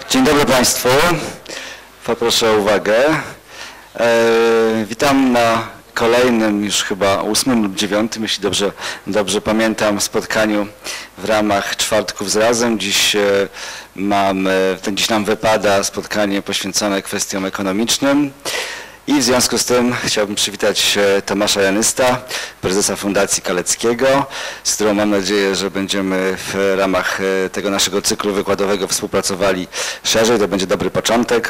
Dzień dobry Państwu. Poproszę o uwagę. Witam na kolejnym, już chyba 8. lub 9., jeśli dobrze pamiętam, spotkaniu w ramach Czwartków z Razem. Dziś nam wypada spotkanie poświęcone kwestiom ekonomicznym. I w związku z tym chciałbym przywitać Tomasza Janysta, prezesa Fundacji Kaleckiego, z którą mam nadzieję, że będziemy w ramach tego naszego cyklu wykładowego współpracowali szerzej. To będzie dobry początek.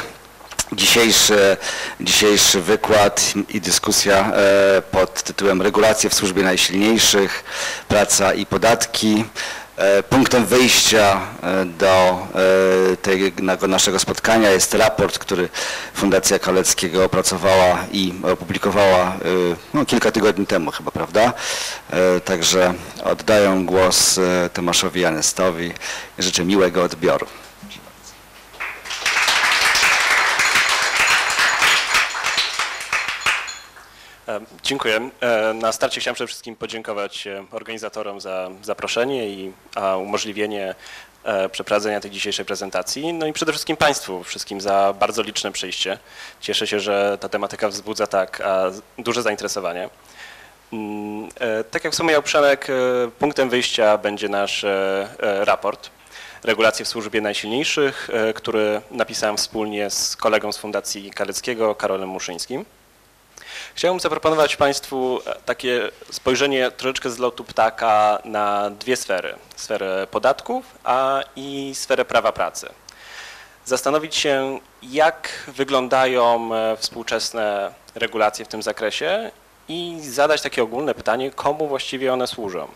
Dzisiejszy wykład i dyskusja pod tytułem Regulacje w służbie najsilniejszych, praca i podatki. Punktem wyjścia do tego naszego spotkania jest raport, który Fundacja Kaleckiego opracowała i opublikowała kilka tygodni temu chyba, prawda? Także oddaję głos Tomaszowi Janystowi i życzę miłego odbioru. Dziękuję. Na starcie chciałem przede wszystkim podziękować organizatorom za zaproszenie i umożliwienie przeprowadzenia tej dzisiejszej prezentacji. No i przede wszystkim Państwu wszystkim za bardzo liczne przyjście. Cieszę się, że ta tematyka wzbudza tak duże zainteresowanie. Tak jak wspomniał Przemek, punktem wyjścia będzie nasz raport Regulacje w służbie najsilniejszych, który napisałem wspólnie z kolegą z Fundacji Kaleckiego, Karolem Muszyńskim. Chciałbym zaproponować Państwu takie spojrzenie troszeczkę z lotu ptaka na dwie sfery. Sferę podatków i sferę prawa pracy. Zastanowić się, jak wyglądają współczesne regulacje w tym zakresie i zadać takie ogólne pytanie, komu właściwie one służą.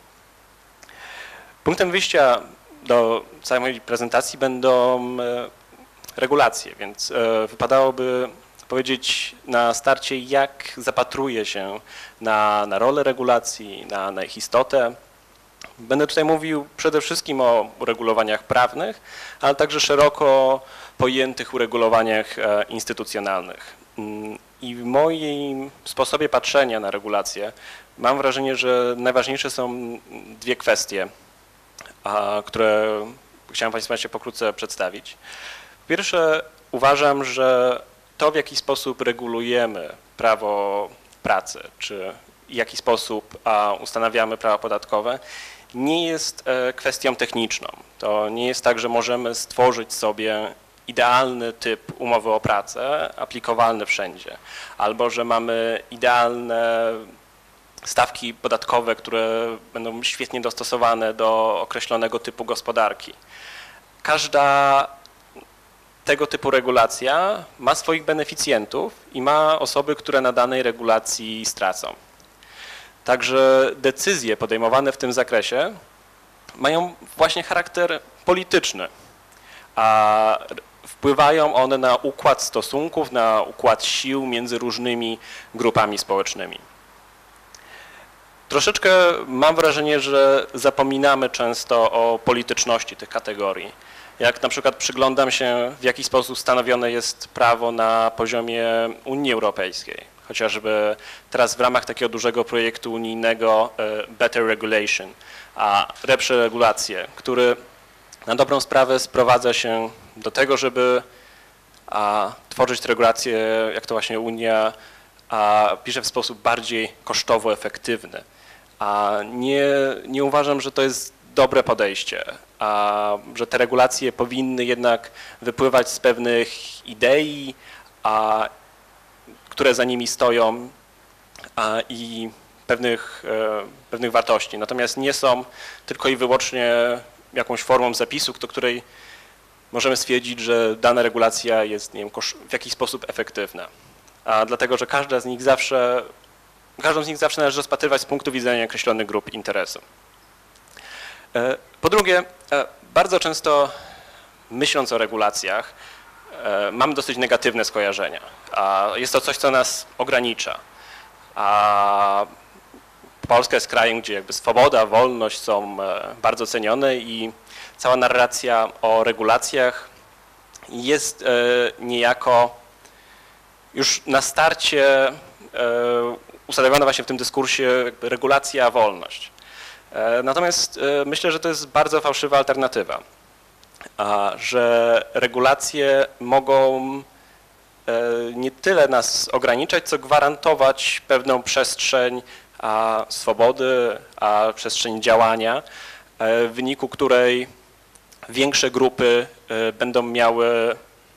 Punktem wyjścia do całej mojej prezentacji będą regulacje, więc wypadałoby powiedzieć na starcie, jak zapatruje się na rolę regulacji, na ich istotę. Będę tutaj mówił przede wszystkim o uregulowaniach prawnych, ale także szeroko pojętych uregulowaniach instytucjonalnych. I w moim sposobie patrzenia na regulacje mam wrażenie, że najważniejsze są dwie kwestie, które chciałem Państwu pokrótce przedstawić. Po pierwsze, uważam, że to, w jaki sposób regulujemy prawo pracy, czy w jaki sposób ustanawiamy prawa podatkowe, nie jest kwestią techniczną. To nie jest tak, że możemy stworzyć sobie idealny typ umowy o pracę, aplikowalny wszędzie, albo że mamy idealne stawki podatkowe, które będą świetnie dostosowane do określonego typu gospodarki. Każda tego typu regulacja ma swoich beneficjentów i ma osoby, które na danej regulacji stracą. Także decyzje podejmowane w tym zakresie mają właśnie charakter polityczny, a wpływają one na układ stosunków, na układ sił między różnymi grupami społecznymi. Troszeczkę mam wrażenie, że zapominamy często o polityczności tych kategorii. Jak na przykład przyglądam się, w jaki sposób stanowione jest prawo na poziomie Unii Europejskiej, chociażby teraz w ramach takiego dużego projektu unijnego Better Regulation, lepsze regulacje, który na dobrą sprawę sprowadza się do tego, żeby tworzyć te regulacje, jak to właśnie Unia pisze, w sposób bardziej kosztowo efektywny. Nie uważam, że to jest dobre podejście, że te regulacje powinny jednak wypływać z pewnych idei, które za nimi stoją i pewnych wartości. Natomiast nie są tylko i wyłącznie jakąś formą zapisu, do której możemy stwierdzić, że dana regulacja jest, nie wiem, w jakiś sposób efektywna. Dlatego, że każdą z nich zawsze należy rozpatrywać z punktu widzenia określonych grup interesu. Po drugie, bardzo często myśląc o regulacjach, mamy dosyć negatywne skojarzenia. Jest to coś, co nas ogranicza. Polska jest krajem, gdzie jakby swoboda, wolność są bardzo cenione i cała narracja o regulacjach jest niejako już na starcie ustanowiona właśnie w tym dyskursie regulacja, wolność. Natomiast myślę, że to jest bardzo fałszywa alternatywa. że regulacje mogą nie tyle nas ograniczać, co gwarantować pewną przestrzeń swobody, a przestrzeń działania, w wyniku której większe grupy będą miały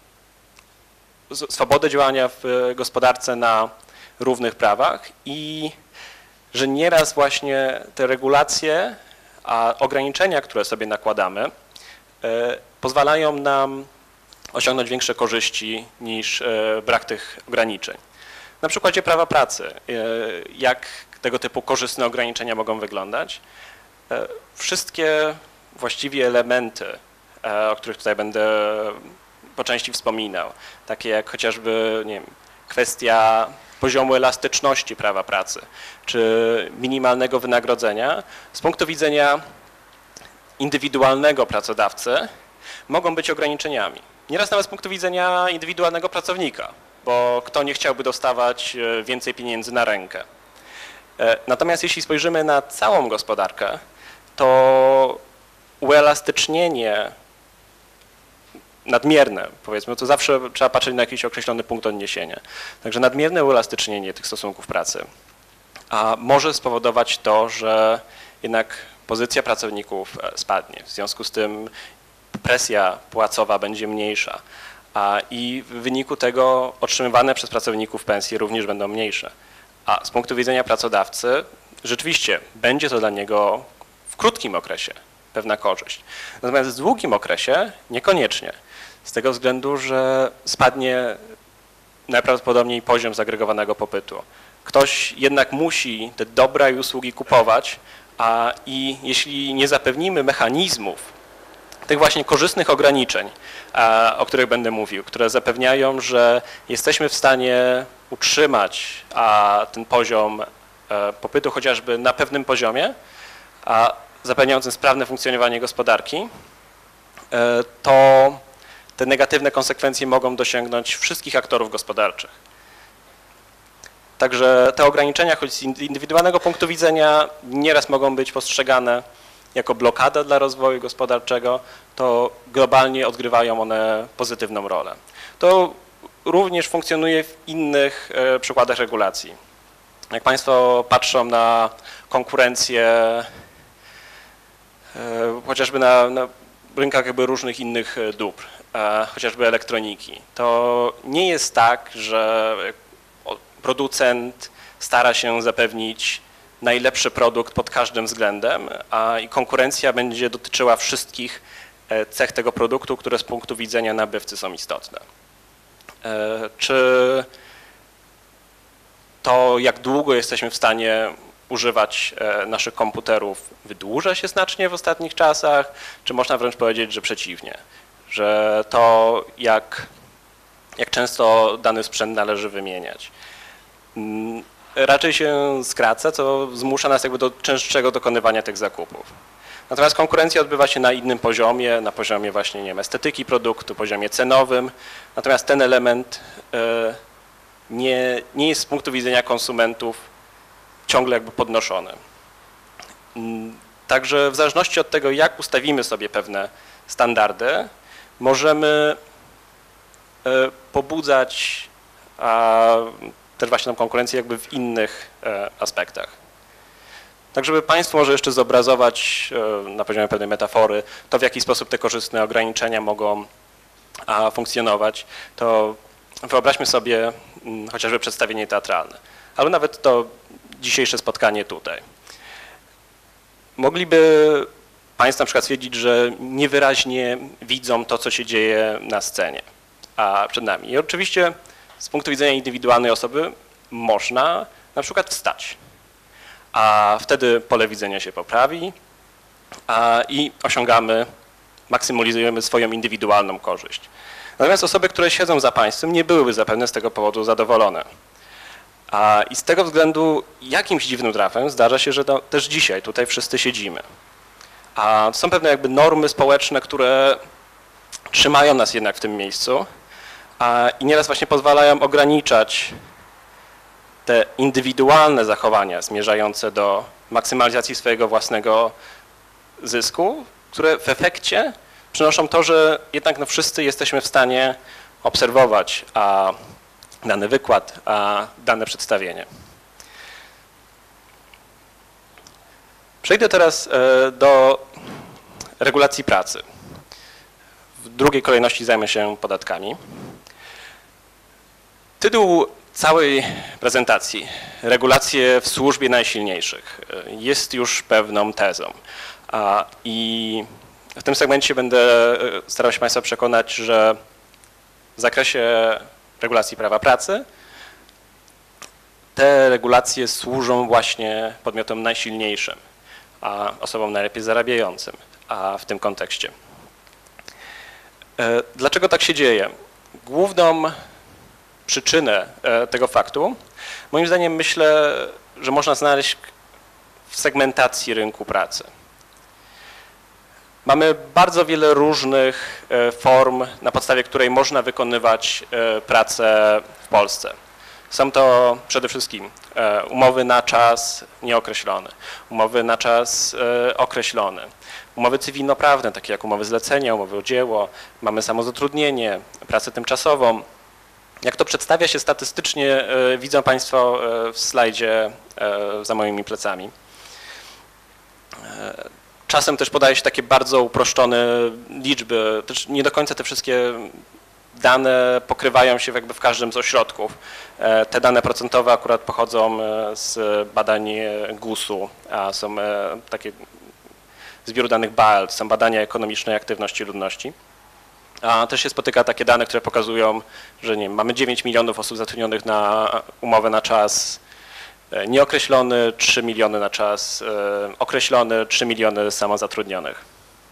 swobodę działania w gospodarce na równych prawach i że nieraz właśnie te regulacje, a ograniczenia, które sobie nakładamy, pozwalają nam osiągnąć większe korzyści niż brak tych ograniczeń. Na przykładzie prawa pracy, jak tego typu korzystne ograniczenia mogą wyglądać? Wszystkie właściwie elementy, o których tutaj będę po części wspominał, takie jak chociażby, nie wiem, kwestia poziomu elastyczności prawa pracy, czy minimalnego wynagrodzenia, z punktu widzenia indywidualnego pracodawcy mogą być ograniczeniami. Nieraz nawet z punktu widzenia indywidualnego pracownika, bo kto nie chciałby dostawać więcej pieniędzy na rękę. Natomiast jeśli spojrzymy na całą gospodarkę, to uelastycznienie nadmierne, powiedzmy, to zawsze trzeba patrzeć na jakiś określony punkt odniesienia. Także nadmierne uelastycznienie tych stosunków pracy może spowodować to, że jednak pozycja pracowników spadnie. W związku z tym presja płacowa będzie mniejsza i w wyniku tego otrzymywane przez pracowników pensje również będą mniejsze. A z punktu widzenia pracodawcy rzeczywiście będzie to dla niego w krótkim okresie pewna korzyść. Natomiast w długim okresie niekoniecznie. Z tego względu, że spadnie najprawdopodobniej poziom zagregowanego popytu. Ktoś jednak musi te dobra i usługi kupować, i jeśli nie zapewnimy mechanizmów tych właśnie korzystnych ograniczeń, o których będę mówił, które zapewniają, że jesteśmy w stanie utrzymać ten poziom popytu chociażby na pewnym poziomie, zapewniającym sprawne funkcjonowanie gospodarki, to te negatywne konsekwencje mogą dosięgnąć wszystkich aktorów gospodarczych. Także te ograniczenia, choć z indywidualnego punktu widzenia nieraz mogą być postrzegane jako blokada dla rozwoju gospodarczego, to globalnie odgrywają one pozytywną rolę. To również funkcjonuje w innych przykładach regulacji. Jak Państwo patrzą na konkurencję, chociażby na rynkach jakby różnych innych dóbr, chociażby elektroniki, to nie jest tak, że producent stara się zapewnić najlepszy produkt pod każdym względem, i konkurencja będzie dotyczyła wszystkich cech tego produktu, które z punktu widzenia nabywcy są istotne. Czy to, jak długo jesteśmy w stanie używać naszych komputerów, wydłuża się znacznie w ostatnich czasach, czy można wręcz powiedzieć, że przeciwnie, że to, jak często dany sprzęt należy wymieniać, raczej się skraca, co zmusza nas jakby do częstszego dokonywania tych zakupów. Natomiast konkurencja odbywa się na innym poziomie, na poziomie właśnie, nie wiem, estetyki produktu, poziomie cenowym, natomiast ten element nie jest z punktu widzenia konsumentów ciągle jakby podnoszony. Także w zależności od tego, jak ustawimy sobie pewne standardy, możemy pobudzać też właśnie tą konkurencję jakby w innych aspektach. Tak, żeby Państwu może jeszcze zobrazować na poziomie pewnej metafory to, w jaki sposób te korzystne ograniczenia mogą funkcjonować, to wyobraźmy sobie chociażby przedstawienie teatralne, albo nawet to dzisiejsze spotkanie tutaj. Mogliby Państwo na przykład stwierdzić, że niewyraźnie widzą to, co się dzieje na scenie przed nami. I oczywiście z punktu widzenia indywidualnej osoby można na przykład wstać, a wtedy pole widzenia się poprawi i maksymalizujemy swoją indywidualną korzyść. Natomiast osoby, które siedzą za Państwem, nie byłyby zapewne z tego powodu zadowolone. I z tego względu jakimś dziwnym trafem zdarza się, że też dzisiaj tutaj wszyscy siedzimy. Są pewne jakby normy społeczne, które trzymają nas jednak w tym miejscu i nieraz właśnie pozwalają ograniczać te indywidualne zachowania zmierzające do maksymalizacji swojego własnego zysku, które w efekcie przynoszą to, że jednak no, wszyscy jesteśmy w stanie obserwować dany wykład, dane przedstawienie. Przejdę teraz do regulacji pracy. W drugiej kolejności zajmę się podatkami. Tytuł całej prezentacji, regulacje w służbie najsilniejszych, jest już pewną tezą. I w tym segmencie będę starał się Państwa przekonać, że w zakresie regulacji prawa pracy te regulacje służą właśnie podmiotom najsilniejszym, a osobom najlepiej zarabiającym, a w tym kontekście. Dlaczego tak się dzieje? Główną przyczynę tego faktu, moim zdaniem myślę, że można znaleźć w segmentacji rynku pracy. Mamy bardzo wiele różnych form, na podstawie której można wykonywać pracę w Polsce. Są to przede wszystkim umowy na czas nieokreślony, umowy na czas określony, umowy cywilnoprawne, takie jak umowy zlecenia, umowy o dzieło, mamy samozatrudnienie, pracę tymczasową. Jak to przedstawia się statystycznie, widzą Państwo w slajdzie za moimi plecami. Czasem też podaje się takie bardzo uproszczone liczby, też nie do końca te wszystkie dane pokrywają się jakby w każdym z ośrodków. Te dane procentowe akurat pochodzą z badań GUS-u, a są takie zbioru danych BAEL, są badania ekonomicznej aktywności ludności. A też się spotyka takie dane, które pokazują, że nie wiem, mamy 9 milionów osób zatrudnionych na umowę na czas nieokreślony, 3 miliony na czas określony, 3 miliony samozatrudnionych.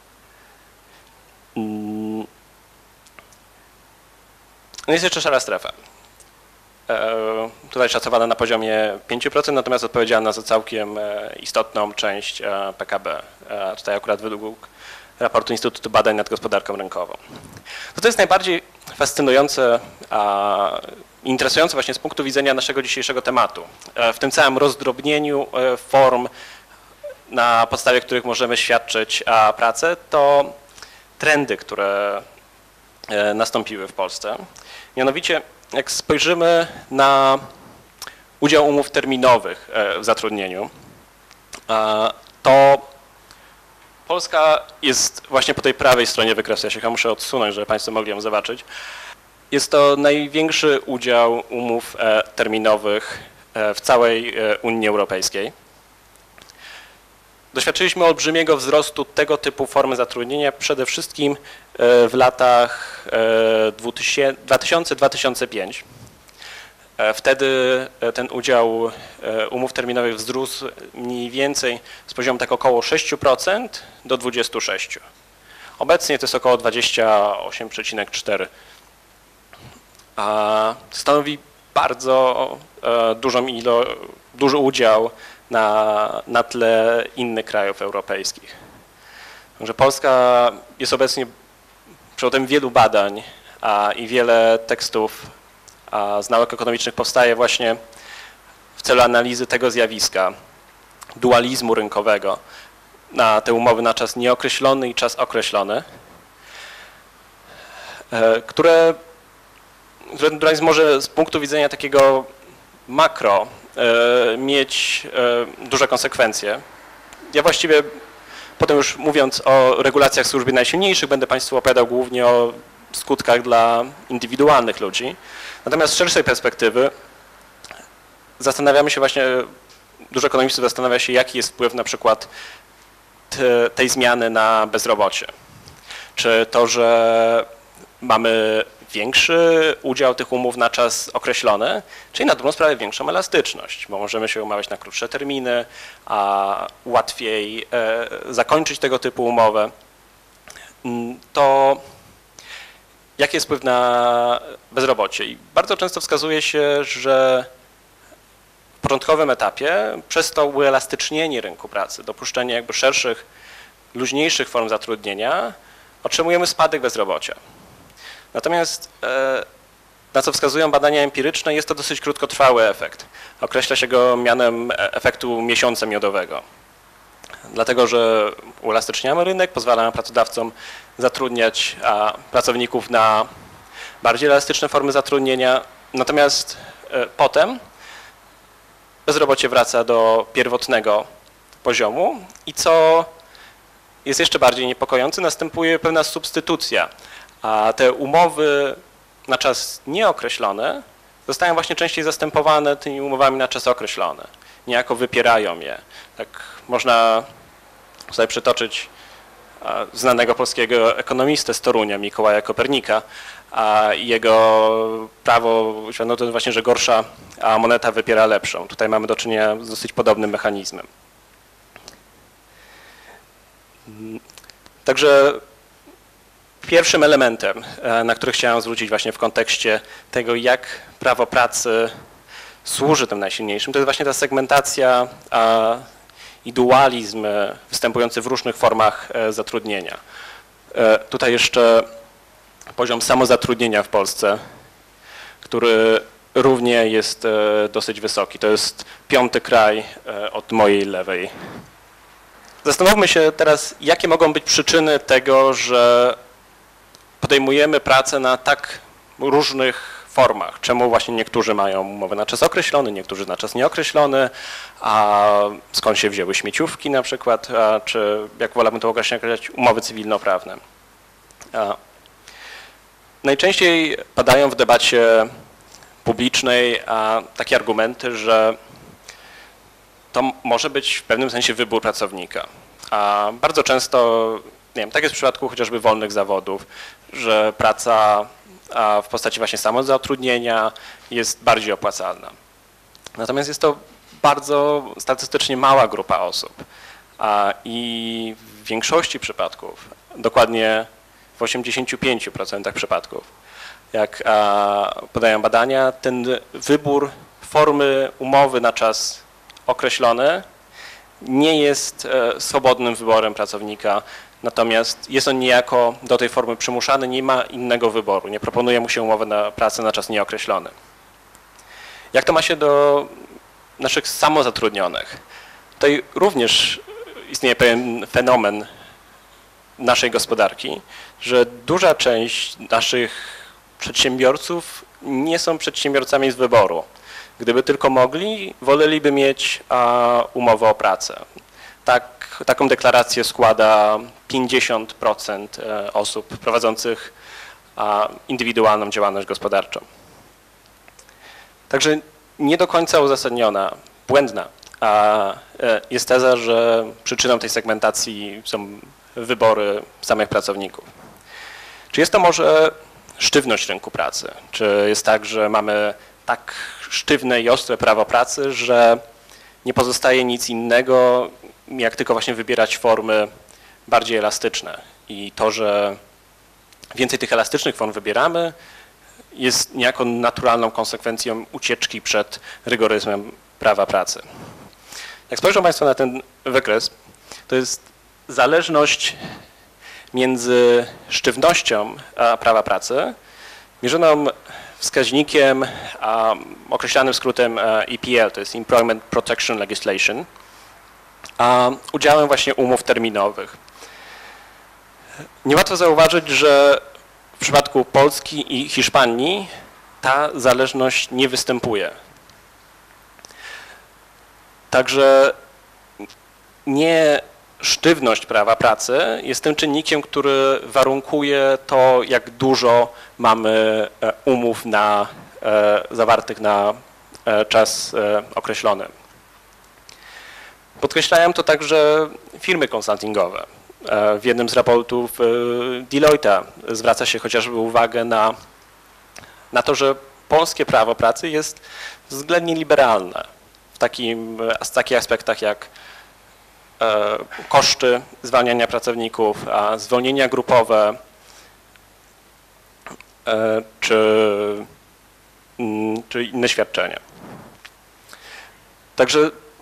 Jest jeszcze szara strefa. Tutaj szacowana na poziomie 5%, natomiast odpowiedzialna za całkiem istotną część PKB. Tutaj akurat według raportu Instytutu Badań nad Gospodarką Rynkową. To jest najbardziej fascynujące, interesujące właśnie z punktu widzenia naszego dzisiejszego tematu. W tym całym rozdrobnieniu form, na podstawie których możemy świadczyć pracę, to trendy, które nastąpiły w Polsce. Mianowicie, jak spojrzymy na udział umów terminowych w zatrudnieniu, to Polska jest właśnie po tej prawej stronie wykresu. Ja się chyba muszę odsunąć, żeby Państwo mogli ją zobaczyć. Jest to największy udział umów terminowych w całej Unii Europejskiej. Doświadczyliśmy olbrzymiego wzrostu tego typu formy zatrudnienia przede wszystkim w latach 2000-2005. Wtedy ten udział umów terminowych wzrósł mniej więcej z poziomu tak około 6% do 26%. Obecnie to jest około 28,4%. Stanowi bardzo duży udział na tle innych krajów europejskich. Także Polska jest obecnie przedmiotem wielu badań i wiele tekstów z nauk ekonomicznych powstaje właśnie w celu analizy tego zjawiska, dualizmu rynkowego na te umowy na czas nieokreślony i czas określony, które dualizm może z punktu widzenia takiego makro mieć duże konsekwencje. Ja właściwie potem już mówiąc o regulacjach w służbie najsilniejszych będę Państwu opowiadał głównie o skutkach dla indywidualnych ludzi. Natomiast z szerszej perspektywy zastanawiamy się właśnie, dużo ekonomistów zastanawia się, jaki jest wpływ na przykład tej zmiany na bezrobocie. Czy to, że mamy większy udział tych umów na czas określony, czyli na dobrą sprawę większą elastyczność, bo możemy się umawiać na krótsze terminy, a łatwiej zakończyć tego typu umowę. To jaki jest wpływ na bezrobocie? I bardzo często wskazuje się, że w początkowym etapie przez to uelastycznienie rynku pracy, dopuszczenie jakby szerszych, luźniejszych form zatrudnienia, otrzymujemy spadek bezrobocia. Natomiast na co wskazują badania empiryczne, jest to dosyć krótkotrwały efekt. Określa się go mianem efektu miesiąca miodowego. Dlatego, że uelastyczniamy rynek, pozwalamy pracodawcom zatrudniać pracowników na bardziej elastyczne formy zatrudnienia, natomiast potem bezrobocie wraca do pierwotnego poziomu i co jest jeszcze bardziej niepokojące, następuje pewna substytucja, a te umowy na czas nieokreślony zostają właśnie częściej zastępowane tymi umowami na czas określony. Niejako wypierają je. Tak można sobie przytoczyć znanego polskiego ekonomistę z Torunia, Mikołaja Kopernika, a jego prawo no to właśnie, że gorsza moneta wypiera lepszą. Tutaj mamy do czynienia z dosyć podobnym mechanizmem. Także pierwszym elementem, na który chciałem zwrócić właśnie w kontekście tego, jak prawo pracy służy tym najsilniejszym, to jest właśnie ta segmentacja i dualizm występujący w różnych formach zatrudnienia. Tutaj jeszcze poziom samozatrudnienia w Polsce, który równie jest dosyć wysoki. To jest 5. kraj od mojej lewej. Zastanówmy się teraz, jakie mogą być przyczyny tego, że podejmujemy pracę na tak różnych formach. Czemu właśnie niektórzy mają umowę na czas określony, niektórzy na czas nieokreślony, a skąd się wzięły śmieciówki na przykład, czy jak wolałbym to określać, umowy cywilnoprawne. Najczęściej padają w debacie publicznej takie argumenty, że to może być w pewnym sensie wybór pracownika. A bardzo często, nie wiem, tak jest w przypadku chociażby wolnych zawodów, że praca w postaci właśnie samozatrudnienia jest bardziej opłacalna. Natomiast jest to bardzo statystycznie mała grupa osób i w większości przypadków, dokładnie w 85% przypadków, jak podają badania, ten wybór formy umowy na czas określony nie jest swobodnym wyborem pracownika, natomiast jest on niejako do tej formy przymuszany, nie ma innego wyboru, nie proponuje mu się umowy na pracę na czas nieokreślony. Jak to ma się do naszych samozatrudnionych? Tutaj również istnieje pewien fenomen naszej gospodarki, że duża część naszych przedsiębiorców nie są przedsiębiorcami z wyboru. Gdyby tylko mogli, woleliby mieć umowę o pracę. Taką deklarację składa 50% osób prowadzących indywidualną działalność gospodarczą. Także nie do końca uzasadniona, błędna jest teza, że przyczyną tej segmentacji są wybory samych pracowników. Czy jest to może sztywność rynku pracy? Czy jest tak, że mamy tak sztywne i ostre prawo pracy, że nie pozostaje nic innego, jak tylko właśnie wybierać formy bardziej elastyczne. I to, że więcej tych elastycznych form wybieramy, jest niejako naturalną konsekwencją ucieczki przed rygoryzmem prawa pracy. Jak spojrzą Państwo na ten wykres, to jest zależność między sztywnością prawa pracy, mierzoną wskaźnikiem określanym skrótem EPL, to jest Employment Protection Legislation, a udziałem właśnie umów terminowych. Niełatwo zauważyć, że w przypadku Polski i Hiszpanii ta zależność nie występuje. Także nie sztywność prawa pracy jest tym czynnikiem, który warunkuje to, jak dużo mamy umów zawartych na czas określony. Podkreślają to także firmy konsultingowe. W jednym z raportów Deloitte'a zwraca się chociażby uwagę na to, że polskie prawo pracy jest względnie liberalne w takich aspektach jak koszty zwalniania pracowników, zwolnienia grupowe czy inne świadczenia. Także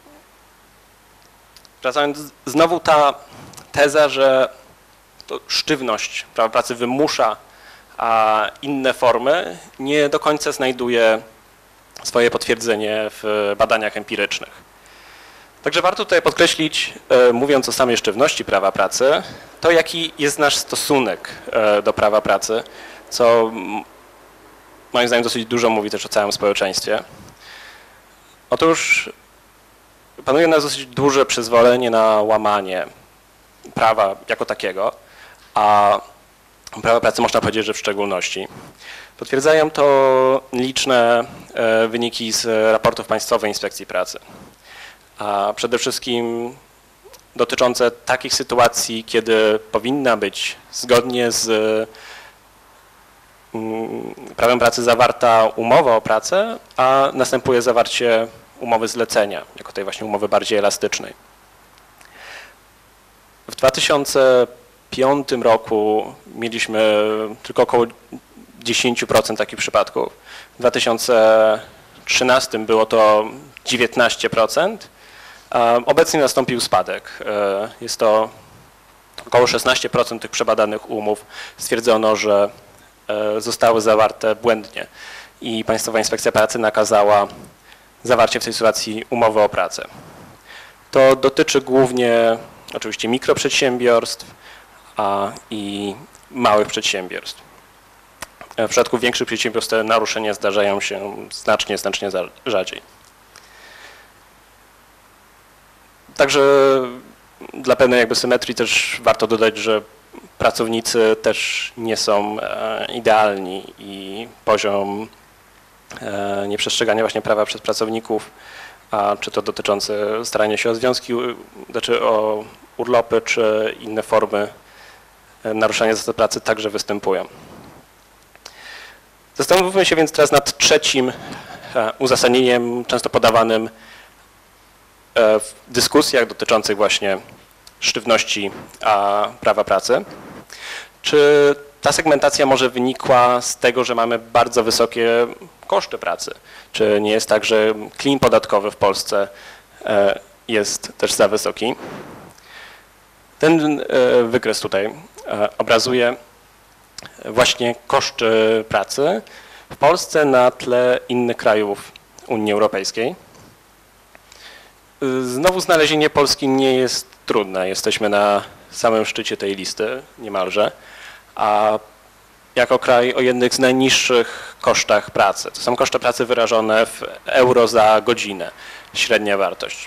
wracając, znowu ta teza, że to sztywność prawa pracy wymusza inne formy, nie do końca znajduje swoje potwierdzenie w badaniach empirycznych. Także warto tutaj podkreślić, mówiąc o samej sztywności prawa pracy, to jaki jest nasz stosunek do prawa pracy, co moim zdaniem dosyć dużo mówi też o całym społeczeństwie. Otóż panuje u nas dosyć duże przyzwolenie na łamanie prawa jako takiego, a prawa pracy można powiedzieć, że w szczególności. Potwierdzają to liczne wyniki z raportów Państwowej Inspekcji Pracy, a przede wszystkim dotyczące takich sytuacji, kiedy powinna być zgodnie z prawem pracy zawarta umowa o pracę, a następuje zawarcie umowy zlecenia, jako tej właśnie umowy bardziej elastycznej. W 2005 roku mieliśmy tylko około 10% takich przypadków. W 2013 było to 19%. Obecnie nastąpił spadek. Jest to około 16% tych przebadanych umów stwierdzono, że zostały zawarte błędnie i Państwowa Inspekcja Pracy nakazała zawarcie w tej sytuacji umowy o pracę. To dotyczy głównie oczywiście mikroprzedsiębiorstw i małych przedsiębiorstw. W przypadku większych przedsiębiorstw te naruszenia zdarzają się znacznie rzadziej. Także dla pełnej jakby symetrii też warto dodać, że pracownicy też nie są idealni i poziom nieprzestrzegania właśnie prawa przez pracowników, czy to dotyczące starania się o związki, znaczy o urlopy, czy inne formy naruszania zasad pracy także występują. Zastanówmy się więc teraz nad trzecim uzasadnieniem, często podawanym w dyskusjach dotyczących właśnie sztywności prawa pracy. Czy ta segmentacja może wynikła z tego, że mamy bardzo wysokie koszty pracy? Czy nie jest tak, że klin podatkowy w Polsce jest też za wysoki? Ten wykres tutaj obrazuje właśnie koszty pracy w Polsce na tle innych krajów Unii Europejskiej. Znowu znalezienie Polski nie jest trudne. Jesteśmy na samym szczycie tej listy niemalże, a jako kraj o jednych z najniższych kosztach pracy. To są koszty pracy wyrażone w euro za godzinę, średnia wartość.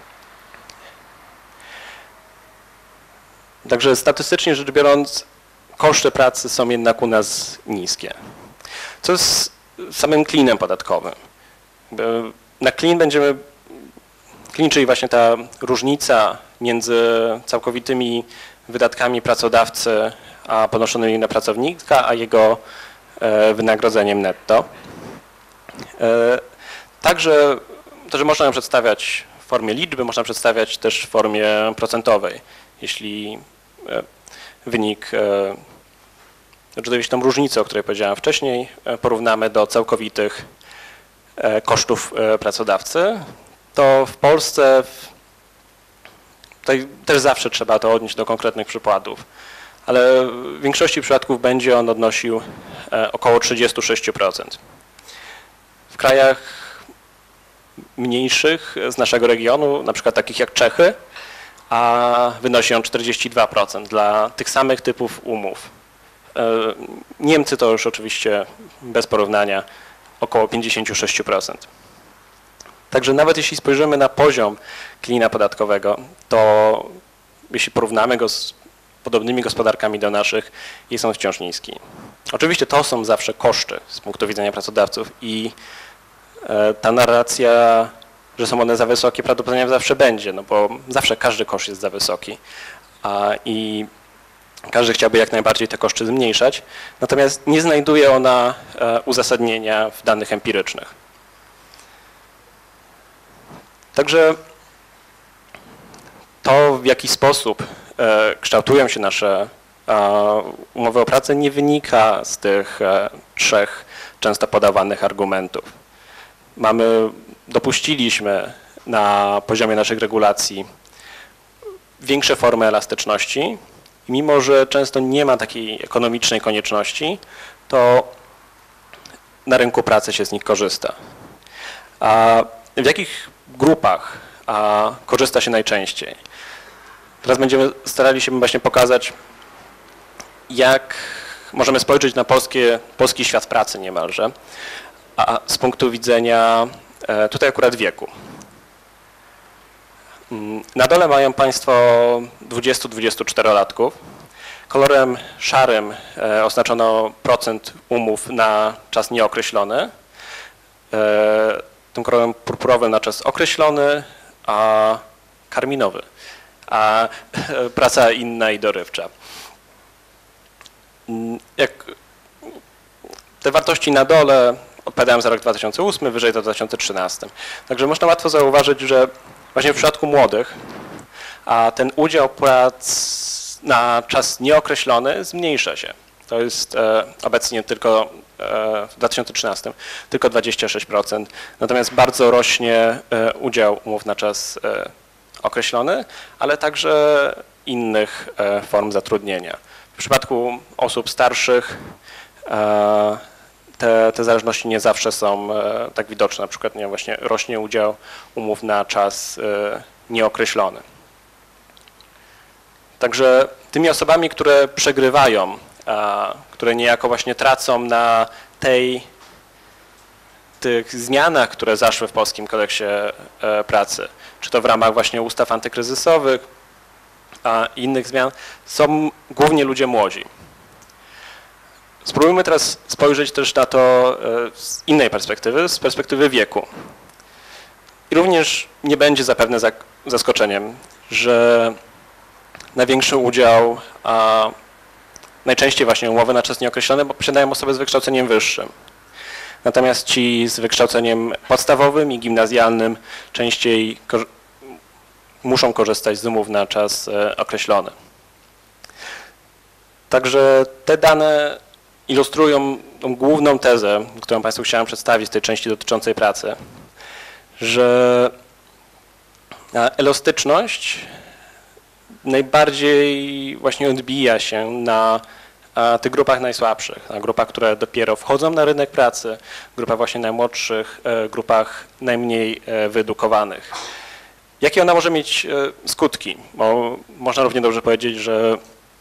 Także statystycznie rzecz biorąc, koszty pracy są jednak u nas niskie. Co z samym klinem podatkowym? Na klin czyli właśnie ta różnica między całkowitymi wydatkami pracodawcy a ponoszonymi na pracownika, a jego wynagrodzeniem netto. Także to, że można ją przedstawiać w formie liczby, można przedstawiać też w formie procentowej. Jeśli wynik, jeśli tą różnicę, o której powiedziałem wcześniej, porównamy do całkowitych kosztów pracodawcy, to w Polsce tutaj też zawsze trzeba to odnieść do konkretnych przykładów, ale w większości przypadków będzie on odnosił około 36%. W krajach mniejszych z naszego regionu, na przykład takich jak Czechy, a wynosi on 42% dla tych samych typów umów. Niemcy to już oczywiście bez porównania około 56%. Także nawet jeśli spojrzymy na poziom klina podatkowego, to jeśli porównamy go z podobnymi gospodarkami do naszych, jest on wciąż niski. Oczywiście to są zawsze koszty z punktu widzenia pracodawców i ta narracja, że są one za wysokie, prawdopodobnie zawsze będzie, no bo zawsze każdy koszt jest za wysoki i każdy chciałby jak najbardziej te koszty zmniejszać, natomiast nie znajduje ona uzasadnienia w danych empirycznych. Także to, w jaki sposób kształtują się nasze umowy o pracę, nie wynika z tych trzech często podawanych argumentów. Dopuściliśmy na poziomie naszych regulacji większe formy elastyczności i mimo, że często nie ma takiej ekonomicznej konieczności, to na rynku pracy się z nich korzysta. A w jakich grupach korzysta się najczęściej. Teraz będziemy starali się właśnie pokazać, jak możemy spojrzeć na polski świat pracy niemalże, a z punktu widzenia tutaj akurat wieku. Na dole mają Państwo 20-24-latków. Kolorem szarym oznaczono procent umów na czas nieokreślony, tym kolorem purpurowym na czas określony, a karminowy, a praca inna i dorywcza. Jak te wartości na dole odpowiadają za rok 2008, wyżej to 2013. Także można łatwo zauważyć, że właśnie w przypadku młodych, a ten udział prac na czas nieokreślony zmniejsza się. To jest obecnie tylko w 2013 tylko 26%, natomiast bardzo rośnie udział umów na czas określony, ale także innych form zatrudnienia. W przypadku osób starszych te zależności nie zawsze są tak widoczne, na przykład właśnie rośnie udział umów na czas nieokreślony. Także tymi osobami, które przegrywają, które niejako właśnie tracą na tych zmianach, które zaszły w Polskim Kodeksie Pracy, czy to w ramach właśnie ustaw antykryzysowych, a innych zmian, są głównie ludzie młodzi. Spróbujmy teraz spojrzeć też na to z innej perspektywy, z perspektywy wieku. I również nie będzie zapewne zaskoczeniem, że największy udział, a najczęściej właśnie umowy na czas nieokreślony, bo posiadają osoby z wykształceniem wyższym. Natomiast ci z wykształceniem podstawowym i gimnazjalnym częściej muszą korzystać z umów na czas określony. Także te dane ilustrują tą główną tezę, którą Państwu chciałem przedstawić w tej części dotyczącej pracy, że elastyczność najbardziej właśnie odbija się na tych grupach najsłabszych, na grupach, które dopiero wchodzą na rynek pracy, grupach właśnie najmłodszych, grupach najmniej wyedukowanych. Jakie ona może mieć skutki? Bo można równie dobrze powiedzieć, że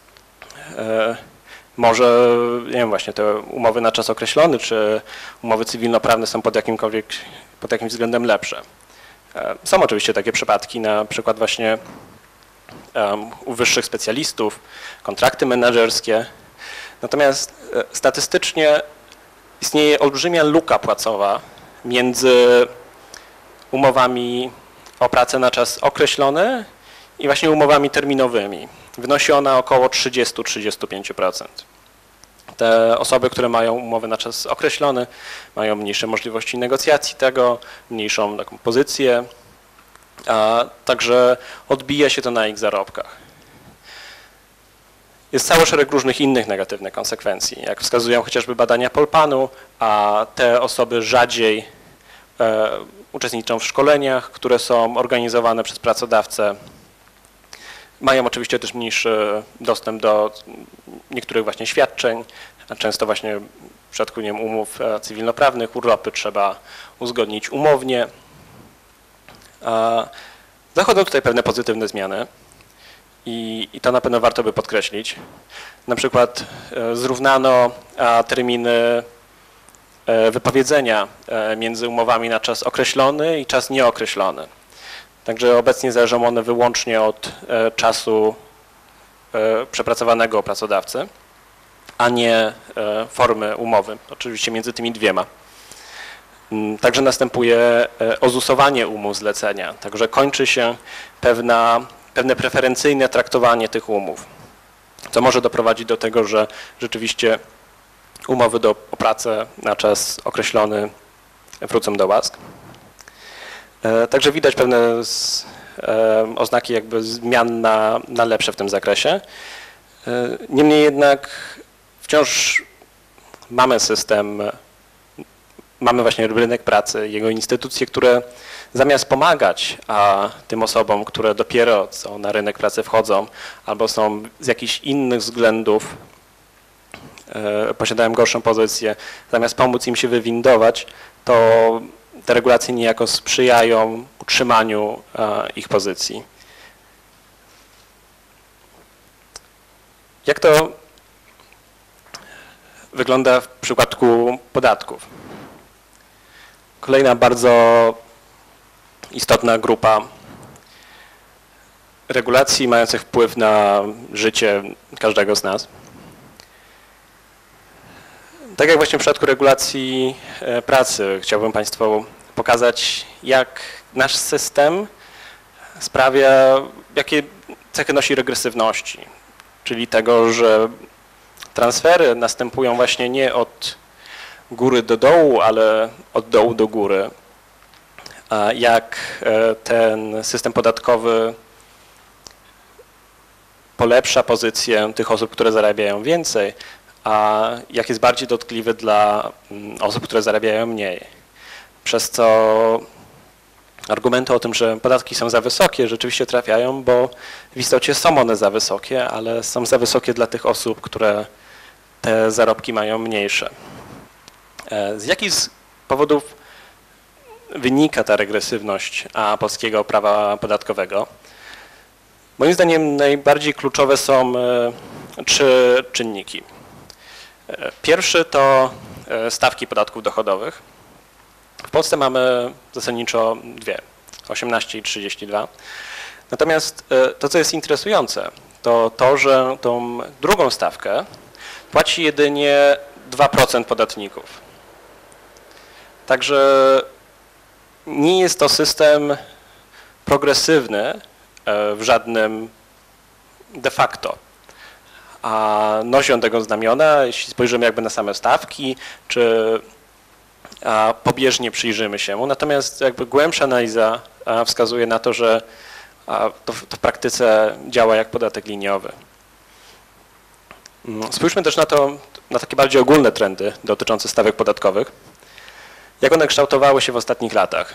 może, nie wiem, właśnie te umowy na czas określony, czy umowy cywilnoprawne są pod jakimś względem lepsze. Są oczywiście takie przypadki, na przykład właśnie u wyższych specjalistów, kontrakty menedżerskie. Natomiast statystycznie istnieje olbrzymia luka płacowa między umowami o pracę na czas określony i właśnie umowami terminowymi. Wynosi ona około 30-35%. Te osoby, które mają umowy na czas określony, mają mniejsze możliwości negocjacji tego, mniejszą taką pozycję, a także odbija się to na ich zarobkach. Jest cały szereg różnych innych negatywnych konsekwencji, jak wskazują chociażby badania Polpanu, a te osoby rzadziej uczestniczą w szkoleniach, które są organizowane przez pracodawcę. Mają oczywiście też mniejszy dostęp do niektórych właśnie świadczeń, a często właśnie w przypadku umów cywilnoprawnych urlopy trzeba uzgodnić umownie. Zachodzą tutaj pewne pozytywne zmiany i to na pewno warto by podkreślić. Na przykład zrównano terminy wypowiedzenia między umowami na czas określony i czas nieokreślony. Także obecnie zależą one wyłącznie od czasu przepracowanego pracodawcy, a nie formy umowy, oczywiście między tymi dwiema. Także następuje ozusowanie umów zlecenia, także kończy się pewne preferencyjne traktowanie tych umów, co może doprowadzić do tego, że rzeczywiście umowy o pracę na czas określony wrócą do łask. Także widać pewne oznaki jakby zmian na lepsze w tym zakresie. Niemniej jednak wciąż mamy system, mamy właśnie rynek pracy, jego instytucje, które zamiast pomagać tym osobom, które dopiero co na rynek pracy wchodzą albo są z jakichś innych względów posiadają gorszą pozycję, zamiast pomóc im się wywindować, to te regulacje niejako sprzyjają utrzymaniu ich pozycji. Jak to wygląda w przypadku podatków? Kolejna bardzo istotna grupa regulacji mających wpływ na życie każdego z nas. Tak jak właśnie w przypadku regulacji pracy, chciałbym Państwu pokazać, jak nasz system sprawia, jakie cechy nosi regresywności, czyli tego, że transfery następują właśnie nie od góry do dołu, ale od dołu do góry. A jak ten system podatkowy polepsza pozycję tych osób, które zarabiają więcej, a jak jest bardziej dotkliwy dla osób, które zarabiają mniej. Przez co argumenty o tym, że podatki są za wysokie, rzeczywiście trafiają, bo w istocie są one za wysokie, ale są za wysokie dla tych osób, które te zarobki mają mniejsze. Z jakich powodów wynika ta regresywność polskiego prawa podatkowego? Moim zdaniem najbardziej kluczowe są 3 czynniki. Pierwszy to stawki podatków dochodowych. W Polsce mamy zasadniczo 2, 18 i 32. Natomiast to, co jest interesujące, to to, że tą drugą stawkę płaci jedynie 2% podatników. Także nie jest to system progresywny w żadnym de facto. A nosi on tego znamiona, jeśli spojrzymy jakby na same stawki, czy pobieżnie przyjrzymy się mu. Natomiast jakby głębsza analiza wskazuje na to, że to w praktyce działa jak podatek liniowy. Spójrzmy też na takie bardziej ogólne trendy dotyczące stawek podatkowych. Jak one kształtowały się w ostatnich latach?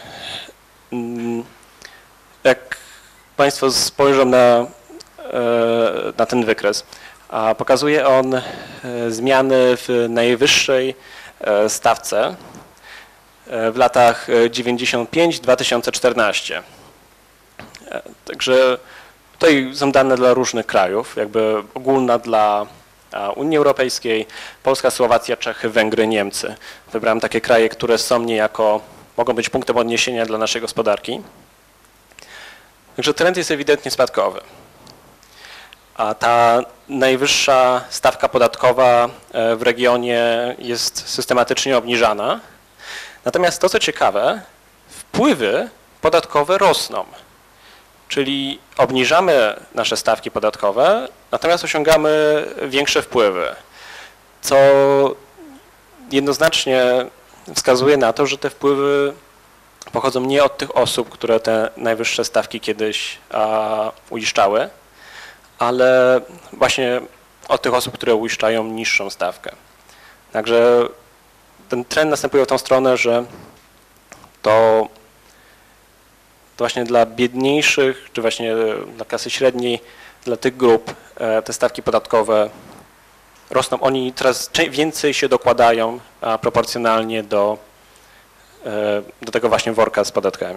Jak Państwo spojrzą na ten wykres, pokazuje on zmiany w najwyższej stawce w latach 95-2014. Także tutaj są dane dla różnych krajów, jakby ogólna dla Unii Europejskiej, Polska, Słowacja, Czechy, Węgry, Niemcy. Wybrałem takie kraje, które są niejako, mogą być punktem odniesienia dla naszej gospodarki. Także trend jest ewidentnie spadkowy. A ta najwyższa stawka podatkowa w regionie jest systematycznie obniżana. Natomiast to, co ciekawe, wpływy podatkowe rosną. Czyli obniżamy nasze stawki podatkowe, natomiast osiągamy większe wpływy, co jednoznacznie wskazuje na to, że te wpływy pochodzą nie od tych osób, które te najwyższe stawki kiedyś uiszczały, ale właśnie od tych osób, które uiszczają niższą stawkę. Także ten trend następuje w tą stronę, że to właśnie dla biedniejszych, czy właśnie dla klasy średniej, dla tych grup te stawki podatkowe rosną. Oni coraz więcej się dokładają proporcjonalnie do tego właśnie worka z podatkami.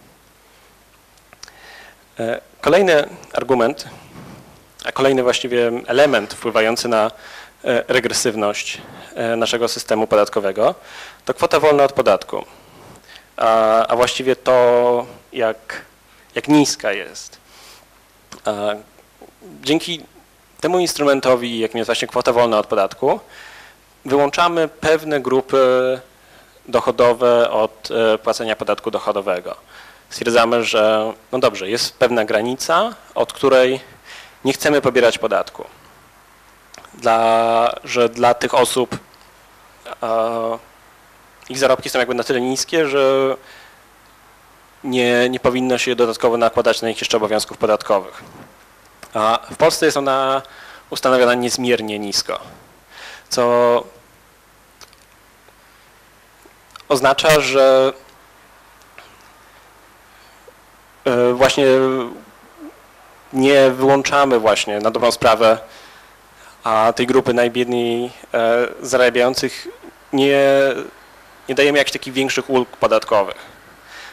Kolejny argument, a kolejny właściwie element wpływający na regresywność naszego systemu podatkowego to kwota wolna od podatku, a właściwie to jak niska jest. Dzięki temu instrumentowi, jakim jest właśnie kwota wolna od podatku, wyłączamy pewne grupy dochodowe od płacenia podatku dochodowego. Stwierdzamy, że no dobrze, jest pewna granica, od której nie chcemy pobierać podatku. Że dla tych osób ich zarobki są jakby na tyle niskie, że nie powinno się dodatkowo nakładać na nich jeszcze obowiązków podatkowych. A w Polsce jest ona ustanowiona niezmiernie nisko, co oznacza, że właśnie nie wyłączamy właśnie na dobrą sprawę tej grupy najbiedniej zarabiających, nie dajemy jakichś takich większych ulg podatkowych.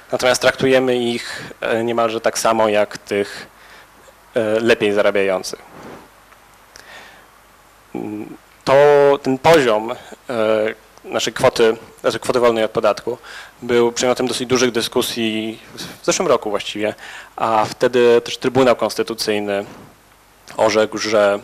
Natomiast traktujemy ich niemalże tak samo jak tych lepiej zarabiających. Ten poziom naszej kwoty wolnej od podatku był przedmiotem dosyć dużych dyskusji w zeszłym roku właściwie, a wtedy też Trybunał Konstytucyjny orzekł, że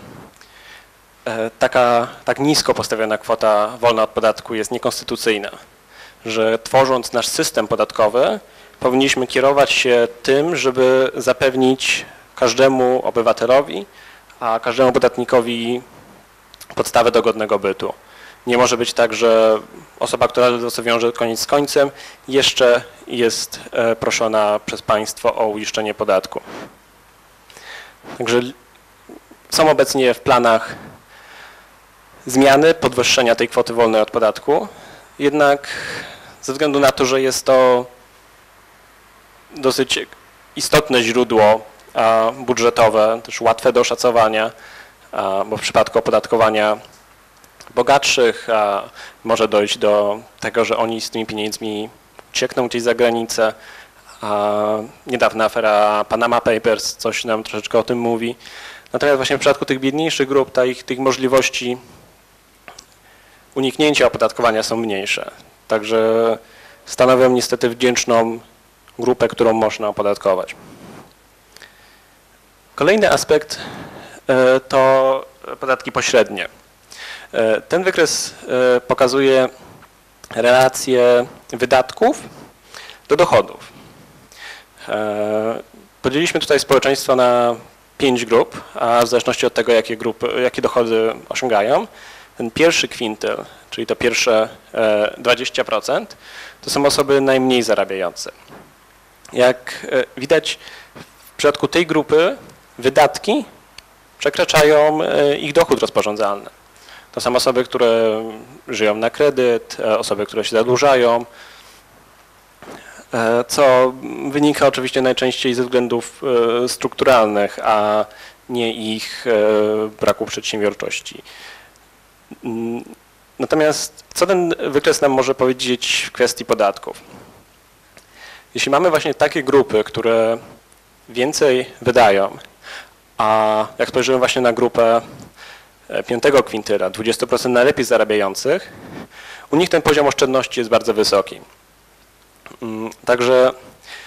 tak nisko postawiona kwota wolna od podatku jest niekonstytucyjna, że tworząc nasz system podatkowy powinniśmy kierować się tym, żeby zapewnić każdemu obywatelowi, a każdemu podatnikowi podstawę do godnego bytu. Nie może być tak, że osoba, która ledwo co wiąże koniec z końcem, jeszcze jest proszona przez państwo o uiszczenie podatku. Także są obecnie w planach zmiany, podwyższenia tej kwoty wolnej od podatku, jednak ze względu na to, że jest to dosyć istotne źródło budżetowe, też łatwe do oszacowania, bo w przypadku opodatkowania bogatszych może dojść do tego, że oni z tymi pieniędzmi uciekną gdzieś za granicę. Niedawna afera Panama Papers coś nam troszeczkę o tym mówi. Natomiast właśnie w przypadku tych biedniejszych grup tych możliwości uniknięcia opodatkowania są mniejsze. Także stanowią niestety wdzięczną grupę, którą można opodatkować. Kolejny aspekt to podatki pośrednie. Ten wykres pokazuje relację wydatków do dochodów. Podzieliliśmy tutaj społeczeństwo na 5 grup, a w zależności od tego, jakie dochody osiągają, ten pierwszy kwintyl, czyli to pierwsze 20%, to są osoby najmniej zarabiające. Jak widać, w przypadku tej grupy wydatki przekraczają ich dochód rozporządzalny. To są osoby, które żyją na kredyt, osoby, które się zadłużają, co wynika oczywiście najczęściej ze względów strukturalnych, a nie ich braku przedsiębiorczości. Natomiast co ten wykres nam może powiedzieć w kwestii podatków? Jeśli mamy właśnie takie grupy, które więcej wydają, a jak spojrzymy właśnie na grupę 5. kwintyla, 20% najlepiej zarabiających, u nich ten poziom oszczędności jest bardzo wysoki. Także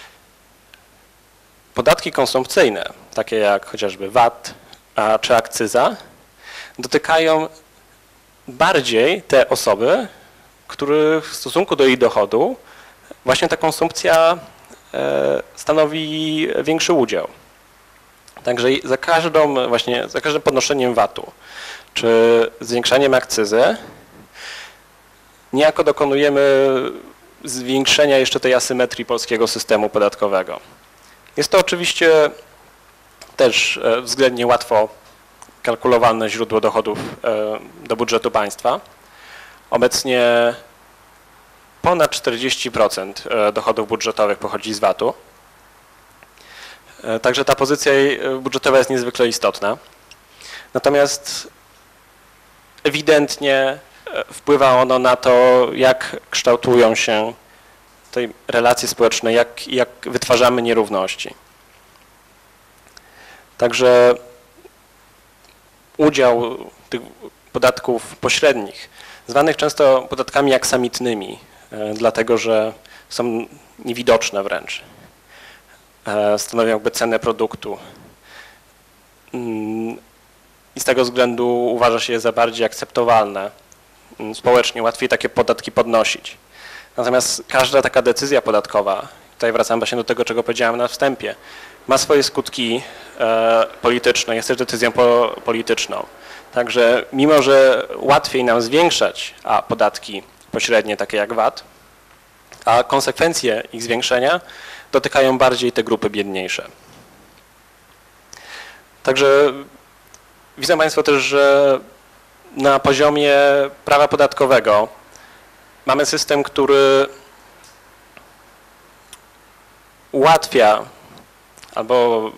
podatki konsumpcyjne, takie jak chociażby VAT czy akcyza, dotykają bardziej te osoby, których w stosunku do ich dochodu właśnie ta konsumpcja stanowi większy udział. Także za każdym podnoszeniem VAT-u czy zwiększaniem akcyzy niejako dokonujemy zwiększenia jeszcze tej asymetrii polskiego systemu podatkowego. Jest to oczywiście też względnie łatwo kalkulowalne źródło dochodów do budżetu państwa. Obecnie ponad 40% dochodów budżetowych pochodzi z VAT-u. Także ta pozycja budżetowa jest niezwykle istotna. Natomiast ewidentnie wpływa ono na to, jak kształtują się te relacje społeczne, jak wytwarzamy nierówności. Także udział tych podatków pośrednich, zwanych często podatkami aksamitnymi, dlatego że są niewidoczne wręcz, stanowią jakby cenę produktu. I z tego względu uważa się je za bardziej akceptowalne społecznie, łatwiej takie podatki podnosić. Natomiast każda taka decyzja podatkowa, tutaj wracam właśnie do tego, czego powiedziałem na wstępie, ma swoje skutki polityczne, jest też decyzją polityczną. Także mimo, że łatwiej nam zwiększać podatki pośrednie, takie jak VAT, a konsekwencje ich zwiększenia dotykają bardziej te grupy biedniejsze. Także widzą Państwo też, że na poziomie prawa podatkowego mamy system, który ułatwia albo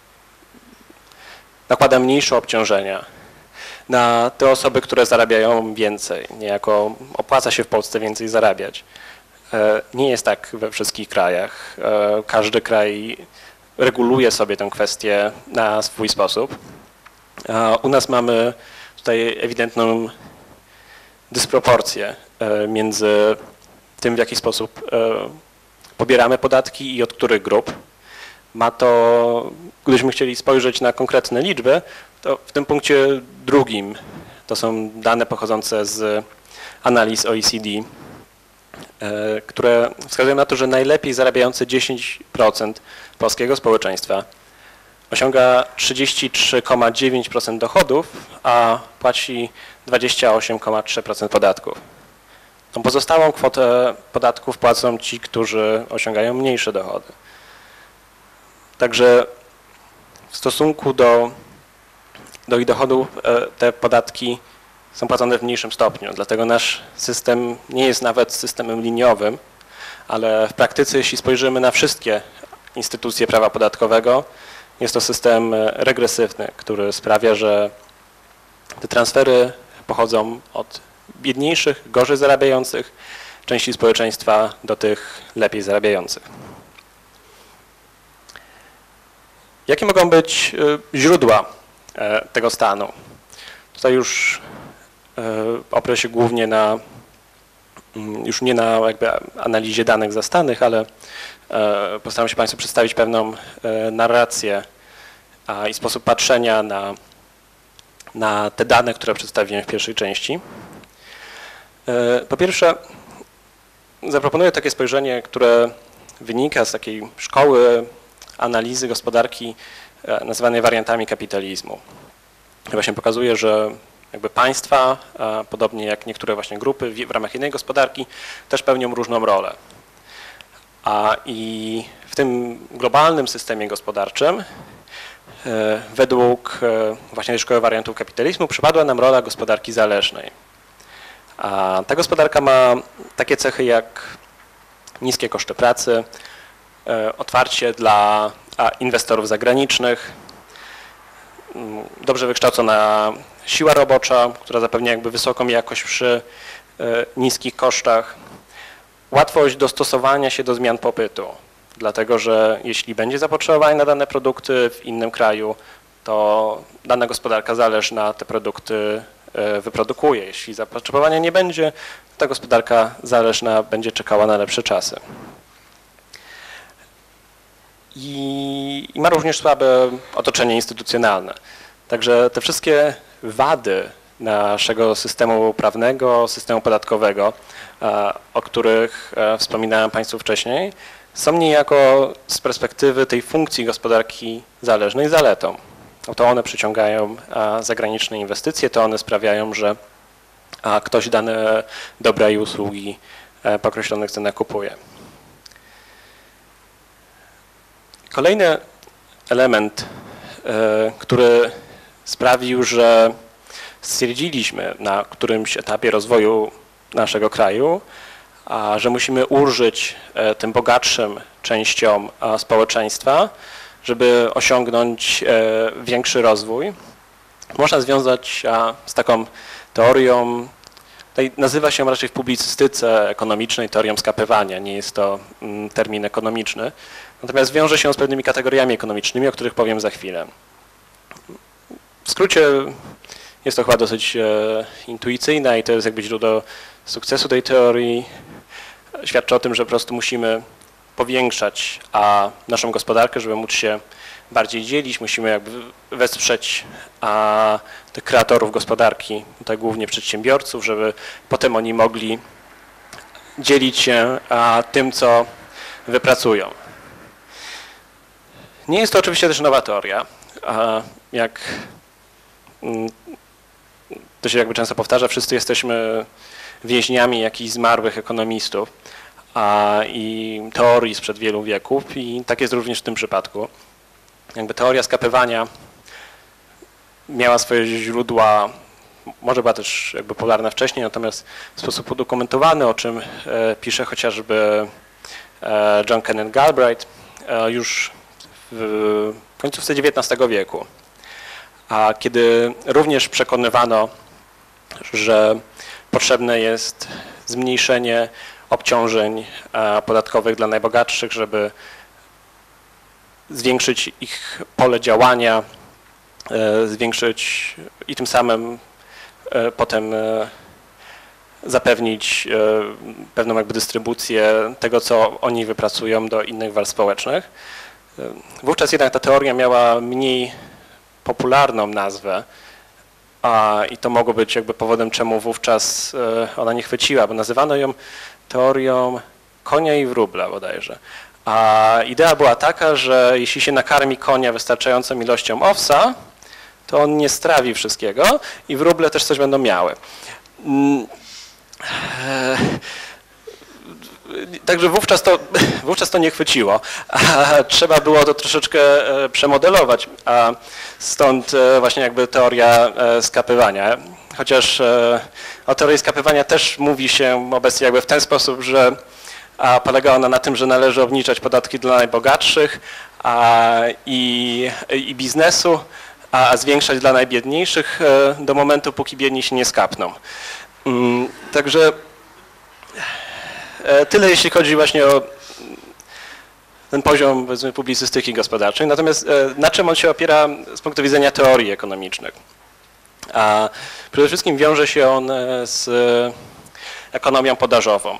nakłada mniejsze obciążenia na te osoby, które zarabiają więcej. Niejako opłaca się w Polsce więcej zarabiać. nie jest tak we wszystkich krajach. Każdy kraj reguluje sobie tę kwestię na swój sposób. U nas mamy tutaj ewidentną dysproporcję między tym, w jaki sposób pobieramy podatki i od których grup. Ma to, gdybyśmy chcieli spojrzeć na konkretne liczby, to w tym punkcie drugim to są dane pochodzące z analiz OECD, które wskazują na to, że najlepiej zarabiające 10% polskiego społeczeństwa osiąga 33,9% dochodów, a płaci 28,3% podatków. Tą pozostałą kwotę podatków płacą ci, którzy osiągają mniejsze dochody. Także w stosunku do ich dochodów te podatki są płacone w mniejszym stopniu. Dlatego nasz system nie jest nawet systemem liniowym, ale w praktyce, jeśli spojrzymy na wszystkie instytucje prawa podatkowego, jest to system regresywny, który sprawia, że te transfery pochodzą od biedniejszych, gorzej zarabiających części społeczeństwa do tych lepiej zarabiających. Jakie mogą być źródła tego stanu? Tutaj już oprę się głównie na, już nie na jakby analizie danych zastanych, ale postaram się Państwu przedstawić pewną narrację i sposób patrzenia na te dane, które przedstawiłem w pierwszej części. Po pierwsze, zaproponuję takie spojrzenie, które wynika z takiej szkoły analizy gospodarki nazywanej wariantami kapitalizmu. Właśnie pokazuje, że jakby państwa, podobnie jak niektóre właśnie grupy w ramach jednej gospodarki, też pełnią różną rolę. I w tym globalnym systemie gospodarczym według właśnie tej szkoły wariantów kapitalizmu przypadła nam rola gospodarki zależnej. A ta gospodarka ma takie cechy jak niskie koszty pracy, otwarcie dla inwestorów zagranicznych, dobrze wykształcona siła robocza, która zapewnia jakby wysoką jakość przy niskich kosztach, łatwość dostosowania się do zmian popytu, dlatego że jeśli będzie zapotrzebowanie na dane produkty w innym kraju, to dana gospodarka zależna te produkty wyprodukuje. Jeśli zapotrzebowania nie będzie, to ta gospodarka zależna będzie czekała na lepsze czasy. I ma również słabe otoczenie instytucjonalne. Także te wszystkie wady naszego systemu prawnego, systemu podatkowego, o których wspominałem Państwu wcześniej, są niejako z perspektywy tej funkcji gospodarki zależnej zaletą. To one przyciągają zagraniczne inwestycje, to one sprawiają, że ktoś dane dobra i usługi po określonych cenach kupuje. Kolejny element, który sprawił, że stwierdziliśmy na którymś etapie rozwoju naszego kraju, że musimy ulżyć tym bogatszym częściom społeczeństwa, żeby osiągnąć większy rozwój. Można związać z taką teorią, nazywa się raczej w publicystyce ekonomicznej teorią skapywania, nie jest to termin ekonomiczny, natomiast wiąże się z pewnymi kategoriami ekonomicznymi, o których powiem za chwilę. W skrócie jest to chyba dosyć intuicyjne i to jest jakby źródło sukcesu tej teorii. Świadczy o tym, że po prostu musimy powiększać naszą gospodarkę, żeby móc się bardziej dzielić. Musimy jakby wesprzeć tych kreatorów gospodarki, tutaj głównie przedsiębiorców, żeby potem oni mogli dzielić się tym, co wypracują. Nie jest to oczywiście też nowa teoria. Jak to się jakby często powtarza, wszyscy jesteśmy więźniami jakichś zmarłych ekonomistów i teorii sprzed wielu wieków i tak jest również w tym przypadku. Jakby teoria skapywania miała swoje źródła, może była też jakby popularna wcześniej, natomiast w sposób udokumentowany, o czym pisze chociażby John Kenneth Galbraith już w końcówce XIX wieku, kiedy również przekonywano, że potrzebne jest zmniejszenie obciążeń podatkowych dla najbogatszych, żeby zwiększyć ich pole działania, zwiększyć i tym samym potem zapewnić pewną jakby dystrybucję tego, co oni wypracują do innych warstw społecznych. Wówczas jednak ta teoria miała mniej popularną nazwę i to mogło być jakby powodem, czemu wówczas ona nie chwyciła, bo nazywano ją teorią konia i wróbla bodajże. A idea była taka, że jeśli się nakarmi konia wystarczającą ilością owsa, to on nie strawi wszystkiego i wróble też coś będą miały. Także wówczas to nie chwyciło, a trzeba było to troszeczkę przemodelować, a stąd właśnie jakby teoria skapywania. Chociaż o teorii skapywania też mówi się obecnie jakby w ten sposób, że polega ona na tym, że należy obniżać podatki dla najbogatszych i biznesu, a zwiększać dla najbiedniejszych do momentu, póki biedni się nie skapną. Także tyle jeśli chodzi właśnie o ten poziom, powiedzmy, publicystyki gospodarczej. Natomiast na czym on się opiera z punktu widzenia teorii ekonomicznych? Przede wszystkim wiąże się on z ekonomią podażową,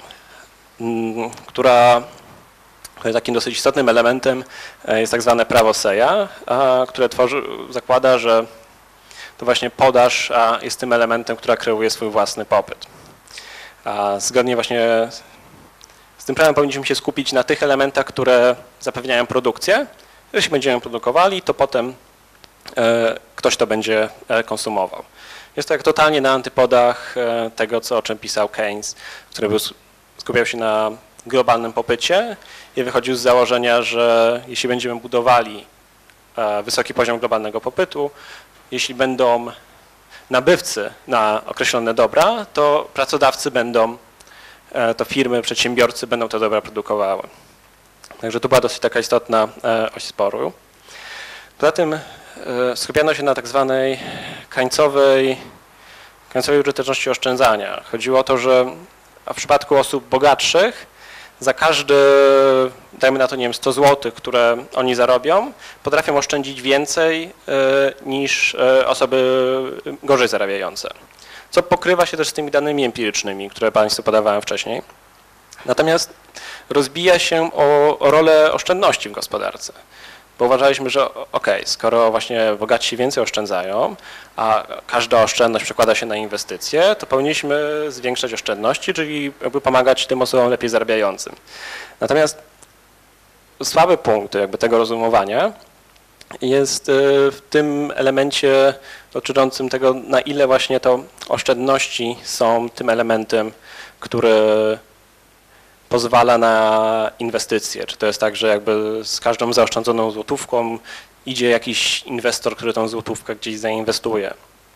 która takim dosyć istotnym elementem jest tak zwane prawo Seya, które zakłada, że to właśnie podaż jest tym elementem, która kreuje swój własny popyt. Zgodnie właśnie z tym prawem powinniśmy się skupić na tych elementach, które zapewniają produkcję. Jeśli będziemy produkowali, to potem ktoś to będzie konsumował. Jest to jak totalnie na antypodach tego, o czym pisał Keynes, który skupiał się na globalnym popycie i wychodził z założenia, że jeśli będziemy budowali wysoki poziom globalnego popytu, jeśli będą nabywcy na określone dobra, to pracodawcy będą, to firmy, przedsiębiorcy będą te dobra produkowały. Także to była dosyć taka istotna oś sporu. Poza tym skupiano się na tak zwanej krańcowej użyteczności oszczędzania. Chodziło o to, że w przypadku osób bogatszych za każdy, dajmy na to, nie wiem, 100 zł, które oni zarobią, potrafią oszczędzić więcej niż osoby gorzej zarabiające. Co pokrywa się też z tymi danymi empirycznymi, które Państwu podawałem wcześniej. Natomiast rozbija się o rolę oszczędności w gospodarce. Bo uważaliśmy, że skoro właśnie bogatsi więcej oszczędzają, a każda oszczędność przekłada się na inwestycje, to powinniśmy zwiększać oszczędności, czyli jakby pomagać tym osobom lepiej zarabiającym. Natomiast słaby punkt jakby tego rozumowania jest w tym elemencie dotyczącym tego, na ile właśnie to oszczędności są tym elementem, który pozwala na inwestycje. Czy to jest tak, że jakby z każdą zaoszczędzoną złotówką idzie jakiś inwestor, który tą złotówkę gdzieś zainwestuje.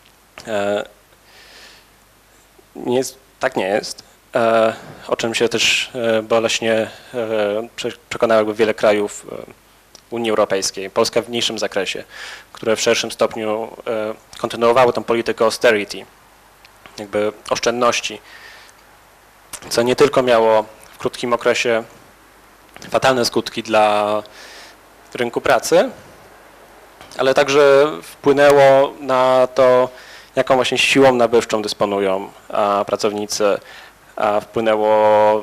Tak nie jest, o czym się też boleśnie przekonało jakby wiele krajów Unii Europejskiej, Polska w mniejszym zakresie, które w szerszym stopniu kontynuowały tą politykę austerity, jakby oszczędności, co nie tylko miało w krótkim okresie fatalne skutki dla rynku pracy, ale także wpłynęło na to, jaką właśnie siłą nabywczą dysponują pracownicy, wpłynęło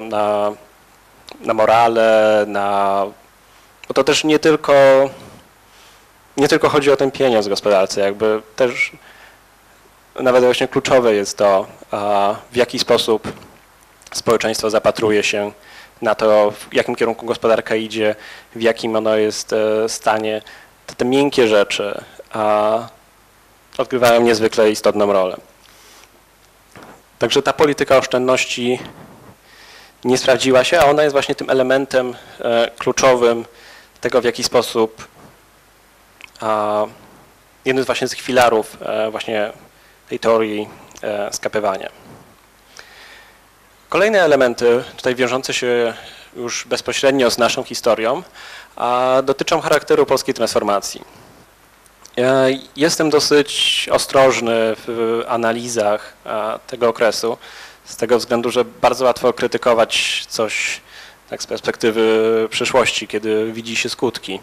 na morale, bo to też nie tylko chodzi o ten pieniądz w gospodarce, jakby też nawet właśnie kluczowe jest to, w jaki sposób społeczeństwo zapatruje się na to, w jakim kierunku gospodarka idzie, w jakim ono jest stanie. Te miękkie rzeczy odgrywają niezwykle istotną rolę. Także ta polityka oszczędności nie sprawdziła się, a ona jest właśnie tym elementem kluczowym tego, w jaki sposób jeden z właśnie z tych filarów właśnie tej teorii skapywania. Kolejne elementy, tutaj wiążące się już bezpośrednio z naszą historią, dotyczą charakteru polskiej transformacji. Jestem dosyć ostrożny w analizach tego okresu z tego względu, że bardzo łatwo krytykować coś tak z perspektywy przyszłości, kiedy widzi się skutki.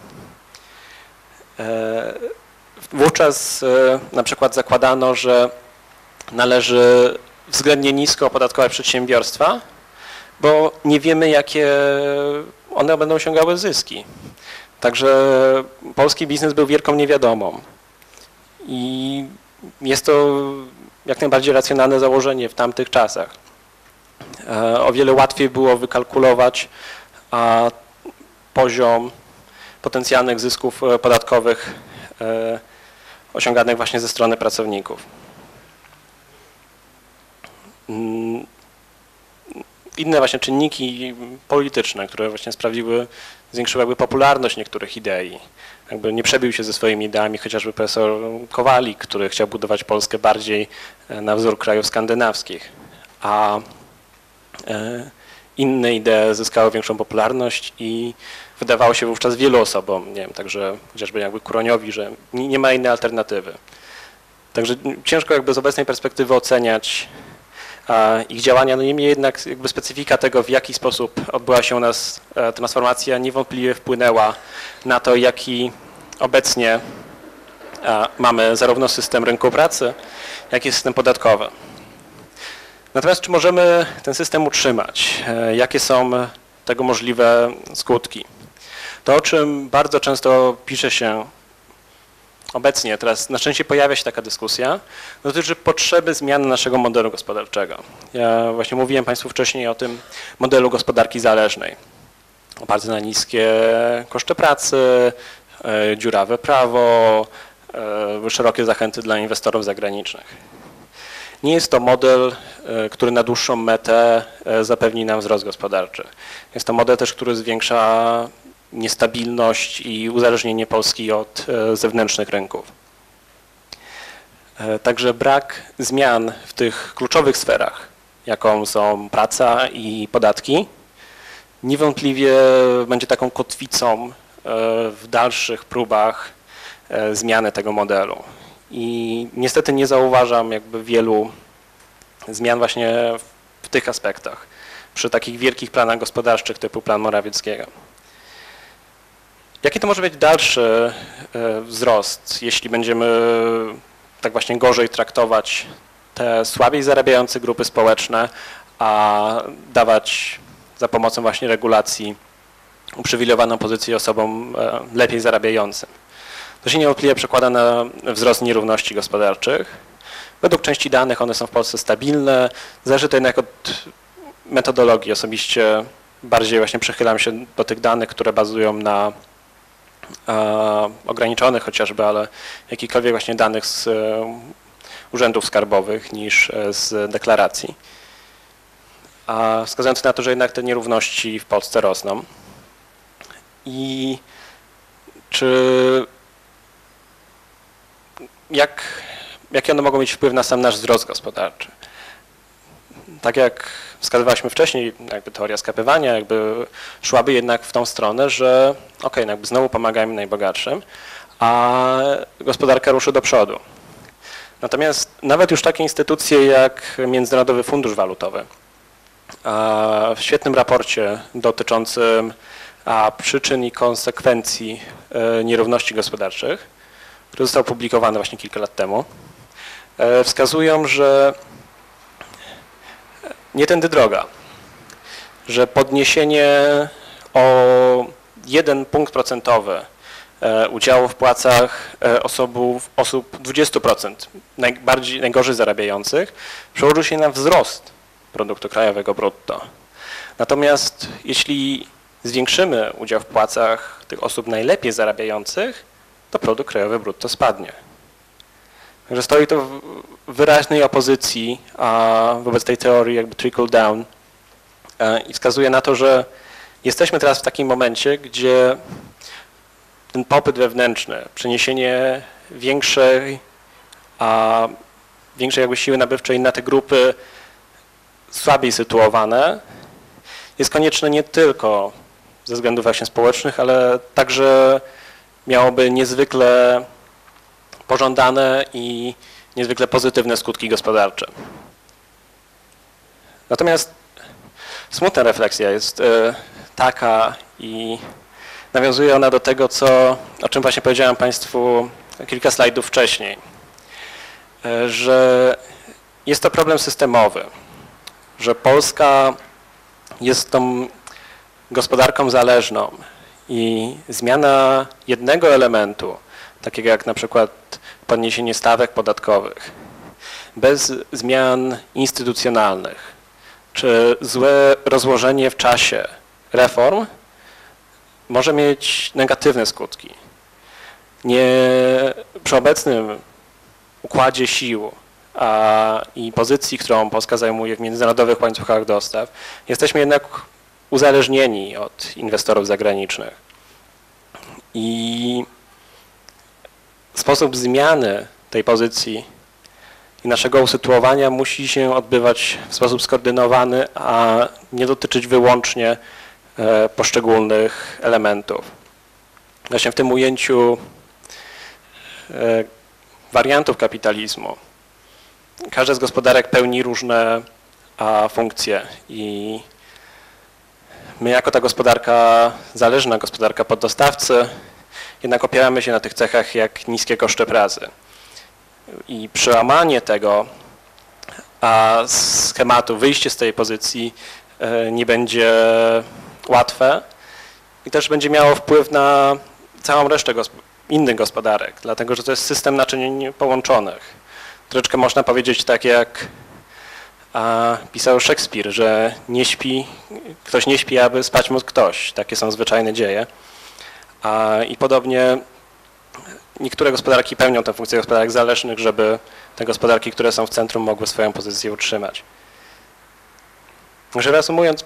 Wówczas na przykład zakładano, że należy względnie nisko opodatkować przedsiębiorstwa, bo nie wiemy, jakie one będą osiągały zyski. Także polski biznes był wielką niewiadomą. I jest to jak najbardziej racjonalne założenie w tamtych czasach. O wiele łatwiej było wykalkulować poziom potencjalnych zysków podatkowych osiąganych właśnie ze strony pracowników. Inne właśnie czynniki polityczne, które właśnie zwiększyły jakby popularność niektórych idei. Jakby nie przebił się ze swoimi ideami chociażby profesor Kowalik, który chciał budować Polskę bardziej na wzór krajów skandynawskich, a inne idee zyskały większą popularność i wydawało się wówczas wielu osobom, nie wiem, także chociażby jakby Kuroniowi, że nie ma innej alternatywy. Także ciężko jakby z obecnej perspektywy oceniać ich działania, no niemniej jednak jakby specyfika tego, w jaki sposób odbyła się u nas transformacja, niewątpliwie wpłynęła na to, jaki obecnie mamy zarówno system rynku pracy, jak i system podatkowy. Natomiast czy możemy ten system utrzymać? Jakie są tego możliwe skutki? To, o czym bardzo często pisze się obecnie, teraz na szczęście pojawia się taka dyskusja, dotyczy potrzeby zmiany naszego modelu gospodarczego. Ja właśnie mówiłem Państwu wcześniej o tym modelu gospodarki zależnej, oparty na niskie koszty pracy, dziurawe prawo, szerokie zachęty dla inwestorów zagranicznych. Nie jest to model, który na dłuższą metę zapewni nam wzrost gospodarczy. Jest to model też, który zwiększa niestabilność i uzależnienie Polski od zewnętrznych rynków. Także brak zmian w tych kluczowych sferach, jaką są praca i podatki, niewątpliwie będzie taką kotwicą w dalszych próbach zmiany tego modelu. I niestety nie zauważam jakby wielu zmian właśnie w tych aspektach, przy takich wielkich planach gospodarczych typu plan Morawieckiego. Jaki to może być dalszy wzrost, jeśli będziemy tak właśnie gorzej traktować te słabiej zarabiające grupy społeczne, a dawać za pomocą właśnie regulacji uprzywilejowaną pozycję osobom lepiej zarabiającym? To się niewątpliwie przekłada na wzrost nierówności gospodarczych. Według części danych one są w Polsce stabilne, zależy to jednak od metodologii. Osobiście bardziej właśnie przychylam się do tych danych, które bazują na ograniczonych chociażby, ale jakichkolwiek właśnie danych z urzędów skarbowych niż z deklaracji. A wskazując na to, że jednak te nierówności w Polsce rosną. I jaki one mogą mieć wpływ na sam nasz wzrost gospodarczy? Tak jak wskazywaliśmy wcześniej, jakby teoria skapywania jakby szłaby jednak w tą stronę, że okej, jakby znowu pomagajmy najbogatszym, a gospodarka ruszy do przodu. Natomiast nawet już takie instytucje jak Międzynarodowy Fundusz Walutowy w świetnym raporcie dotyczącym przyczyn i konsekwencji nierówności gospodarczych, który został opublikowany właśnie kilka lat temu, wskazują, że nie tędy droga, że podniesienie o 1 punkt procentowy udziału w płacach osób 20% najgorzej zarabiających przełoży się na wzrost produktu krajowego brutto. Natomiast jeśli zwiększymy udział w płacach tych osób najlepiej zarabiających, to produkt krajowy brutto spadnie. Także stoi to w wyraźnej opozycji wobec tej teorii jakby trickle down i wskazuje na to, że jesteśmy teraz w takim momencie, gdzie ten popyt wewnętrzny, przeniesienie większej jakby siły nabywczej na te grupy słabiej sytuowane jest konieczne nie tylko ze względów właśnie społecznych, ale także miałoby niezwykle pożądane i niezwykle pozytywne skutki gospodarcze. Natomiast smutna refleksja jest taka i nawiązuje ona do tego, o czym właśnie powiedziałem Państwu kilka slajdów wcześniej, że jest to problem systemowy, że Polska jest tą gospodarką zależną i zmiana jednego elementu, takiego jak na przykład podniesienie stawek podatkowych, bez zmian instytucjonalnych, czy złe rozłożenie w czasie reform może mieć negatywne skutki. Przy obecnym układzie sił i pozycji, którą Polska zajmuje w międzynarodowych łańcuchach dostaw, jesteśmy jednak uzależnieni od inwestorów zagranicznych. I sposób zmiany tej pozycji i naszego usytuowania musi się odbywać w sposób skoordynowany, a nie dotyczyć wyłącznie poszczególnych elementów. Właśnie w tym ujęciu wariantów kapitalizmu każda z gospodarek pełni różne funkcje i my jako ta gospodarka zależna, gospodarka poddostawcy, jednak opieramy się na tych cechach jak niskie koszty pracy. I przełamanie tego schematu, wyjście z tej pozycji nie będzie łatwe i też będzie miało wpływ na całą resztę innych gospodarek, dlatego że to jest system naczyń połączonych. Troszeczkę można powiedzieć tak jak pisał Szekspir, że ktoś nie śpi, aby spać mógł ktoś. Takie są zwyczajne dzieje. I podobnie niektóre gospodarki pełnią tę funkcję gospodarek zależnych, żeby te gospodarki, które są w centrum, mogły swoją pozycję utrzymać. Także reasumując,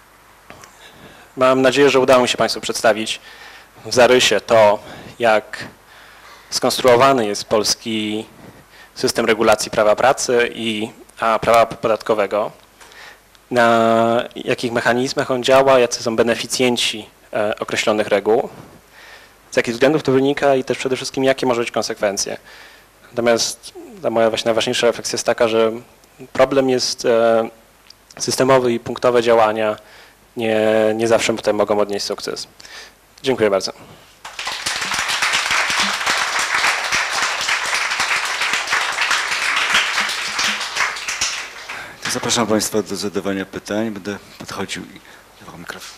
mam nadzieję, że udało mi się Państwu przedstawić w zarysie to, jak skonstruowany jest polski system regulacji prawa pracy i prawa podatkowego, na jakich mechanizmach on działa, jacy są beneficjenci określonych reguł, z jakich względów to wynika i też przede wszystkim jakie może być konsekwencje. Natomiast ta moja właśnie najważniejsza refleksja jest taka, że problem jest systemowy i punktowe działania nie zawsze potem mogą odnieść sukces. Dziękuję bardzo. Zapraszam Państwa do zadawania pytań. Będę podchodził i dawał mikrofon.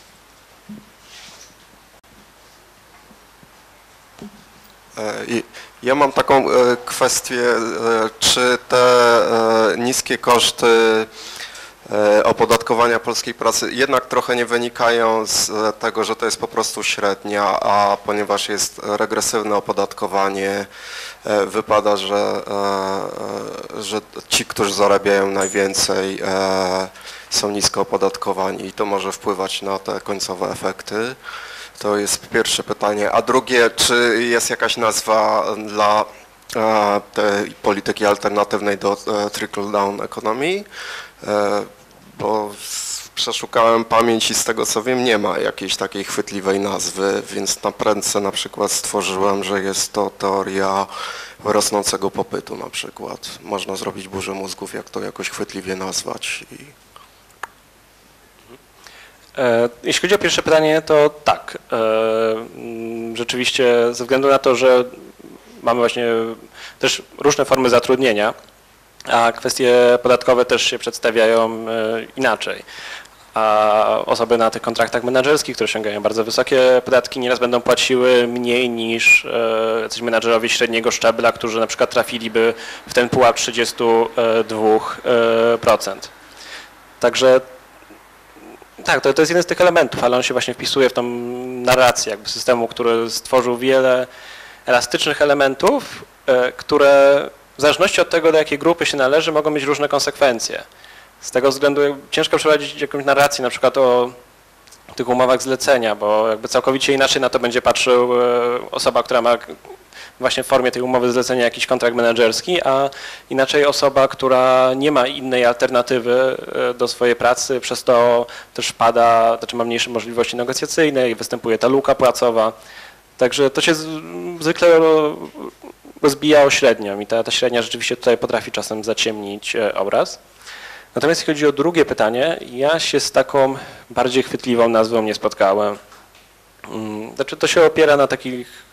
Ja mam taką kwestię, czy te niskie koszty opodatkowania polskiej pracy jednak trochę nie wynikają z tego, że to jest po prostu średnia, a ponieważ jest regresywne opodatkowanie, wypada, że ci, którzy zarabiają najwięcej, są nisko opodatkowani i to może wpływać na te końcowe efekty. To jest pierwsze pytanie. A drugie, czy jest jakaś nazwa dla tej polityki alternatywnej do trickle-down economy? Bo przeszukałem pamięć i z tego co wiem nie ma jakiejś takiej chwytliwej nazwy, więc na prędce na przykład stworzyłem, że jest to teoria rosnącego popytu na przykład. Można zrobić burzę mózgów, jak to jakoś chwytliwie nazwać. Jeśli chodzi o pierwsze pytanie, to tak. Rzeczywiście ze względu na to, że mamy właśnie też różne formy zatrudnienia, a kwestie podatkowe też się przedstawiają inaczej. A osoby na tych kontraktach menedżerskich, które osiągają bardzo wysokie podatki, nieraz będą płaciły mniej niż jacyś menedżerowie średniego szczebla, którzy na przykład trafiliby w ten pułap 32%. Także tak, to jest jeden z tych elementów, ale on się właśnie wpisuje w tą narrację jakby systemu, który stworzył wiele elastycznych elementów, które w zależności od tego, do jakiej grupy się należy, mogą mieć różne konsekwencje. Z tego względu ciężko przeprowadzić jakąś narrację na przykład o tych umowach zlecenia, bo jakby całkowicie inaczej na to będzie patrzył osoba, która ma właśnie w formie tej umowy zlecenia jakiś kontrakt menedżerski, a inaczej osoba, która nie ma innej alternatywy do swojej pracy, przez to też znaczy ma mniejsze możliwości negocjacyjne i występuje ta luka płacowa. Także to się zwykle rozbija o średnią i ta średnia rzeczywiście tutaj potrafi czasem zaciemnić obraz. Natomiast jeśli chodzi o drugie pytanie, ja się z taką bardziej chwytliwą nazwą nie spotkałem. Znaczy to się opiera na takich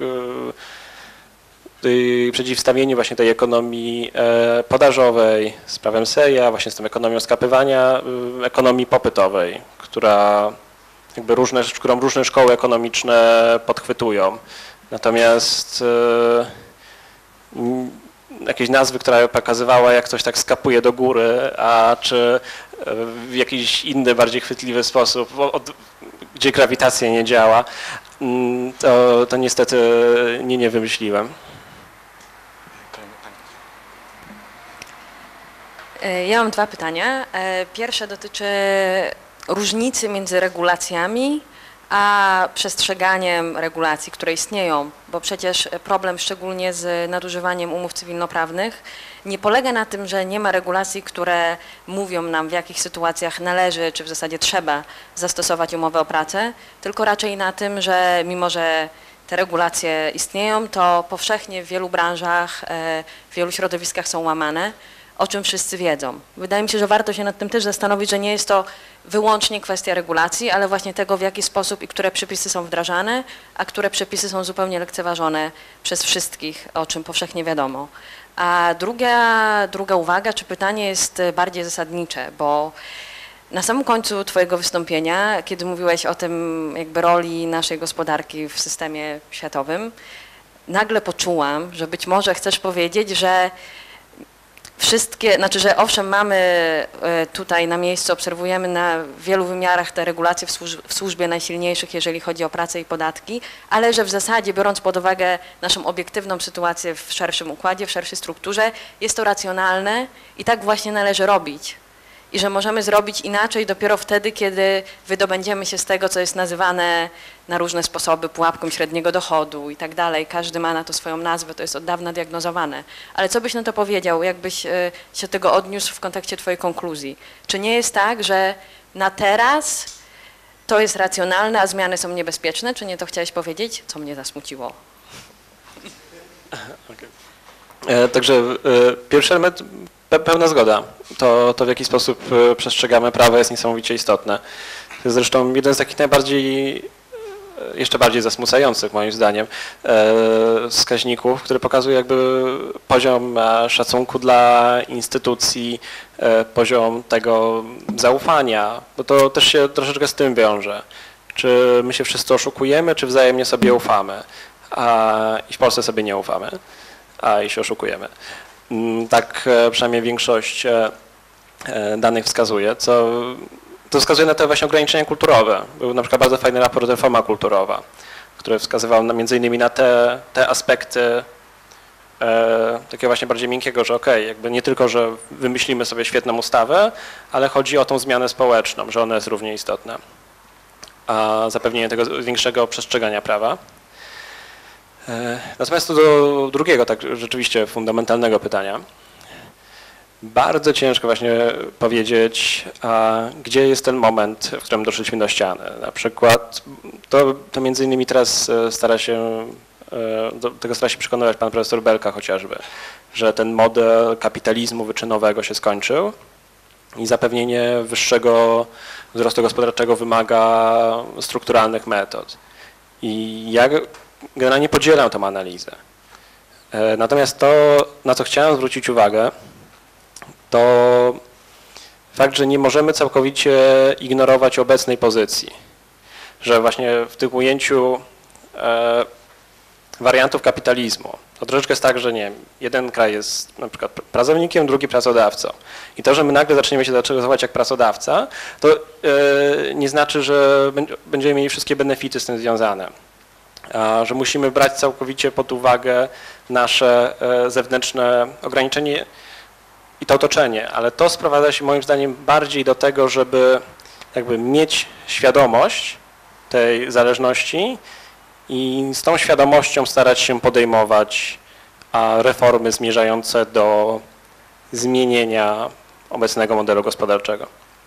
przeciwstawieniu właśnie tej ekonomii podażowej z prawem Seja, właśnie z tą ekonomią skapywania, ekonomii popytowej, która jakby którą różne szkoły ekonomiczne podchwytują. Natomiast jakieś nazwy, która pokazywała, jak ktoś tak skapuje do góry, a czy w jakiś inny, bardziej chwytliwy sposób, gdzie grawitacja nie działa, to niestety nie wymyśliłem. Ja mam dwa pytania. Pierwsze dotyczy różnicy między regulacjami a przestrzeganiem regulacji, które istnieją, bo przecież problem szczególnie z nadużywaniem umów cywilnoprawnych nie polega na tym, że nie ma regulacji, które mówią nam, w jakich sytuacjach należy, czy w zasadzie trzeba zastosować umowę o pracę, tylko raczej na tym, że mimo, że te regulacje istnieją, to powszechnie w wielu branżach, w wielu środowiskach są łamane, o czym wszyscy wiedzą. Wydaje mi się, że warto się nad tym też zastanowić, że nie jest to wyłącznie kwestia regulacji, ale właśnie tego, w jaki sposób i które przepisy są wdrażane, a które przepisy są zupełnie lekceważone przez wszystkich, o czym powszechnie wiadomo. A druga uwaga czy pytanie jest bardziej zasadnicze, bo na samym końcu Twojego wystąpienia, kiedy mówiłeś o tym jakby roli naszej gospodarki w systemie światowym, nagle poczułam, że być może chcesz powiedzieć, że że owszem mamy tutaj na miejscu, obserwujemy na wielu wymiarach te regulacje w służbie najsilniejszych, jeżeli chodzi o pracę i podatki, ale że w zasadzie biorąc pod uwagę naszą obiektywną sytuację w szerszym układzie, w szerszej strukturze, jest to racjonalne i tak właśnie należy robić. I że możemy zrobić inaczej dopiero wtedy, kiedy wydobędziemy się z tego, co jest nazywane na różne sposoby pułapką średniego dochodu i tak dalej. Każdy ma na to swoją nazwę, to jest od dawna diagnozowane. Ale co byś na to powiedział, jakbyś się tego odniósł w kontekście Twojej konkluzji? Czy nie jest tak, że na teraz to jest racjonalne, a zmiany są niebezpieczne? Czy nie to chciałeś powiedzieć? Co mnie zasmuciło. Okay. Także pierwszy element, pełna zgoda. To w jaki sposób przestrzegamy prawa jest niesamowicie istotne. To jest zresztą jeden z takich jeszcze bardziej zasmucających moim zdaniem wskaźników, który pokazuje jakby poziom szacunku dla instytucji, poziom tego zaufania, bo to też się troszeczkę z tym wiąże. Czy my się wszyscy oszukujemy, czy wzajemnie sobie ufamy, i w Polsce sobie nie ufamy, i się oszukujemy. Tak przynajmniej większość danych wskazuje, to wskazuje na te właśnie ograniczenia kulturowe. Był na przykład bardzo fajny raport Reforma Kulturowa, który wskazywał między innymi na te aspekty takiego właśnie bardziej miękkiego, że jakby nie tylko, że wymyślimy sobie świetną ustawę, ale chodzi o tą zmianę społeczną, że ona jest równie istotna, a zapewnienie tego większego przestrzegania prawa. Natomiast do drugiego, tak rzeczywiście fundamentalnego pytania. Bardzo ciężko właśnie powiedzieć, gdzie jest ten moment, w którym doszliśmy do ściany. Na przykład to między innymi teraz do tego stara się przekonywać pan profesor Belka chociażby, że ten model kapitalizmu wyczynowego się skończył i zapewnienie wyższego wzrostu gospodarczego wymaga strukturalnych metod. I ja generalnie podzielam tę analizę. Natomiast to, na co chciałem zwrócić uwagę, to fakt, że nie możemy całkowicie ignorować obecnej pozycji. Że właśnie w tym ujęciu wariantów kapitalizmu, to troszeczkę jest tak, że nie wiem, jeden kraj jest na przykład pracownikiem, drugi pracodawcą. I to, że my nagle zaczniemy się zachowywać jak pracodawca, to nie znaczy, że będziemy mieli wszystkie benefity z tym związane. Że musimy brać całkowicie pod uwagę nasze zewnętrzne ograniczenie i to otoczenie, ale to sprowadza się moim zdaniem bardziej do tego, żeby jakby mieć świadomość tej zależności i z tą świadomością starać się podejmować reformy zmierzające do zmienienia obecnego modelu gospodarczego.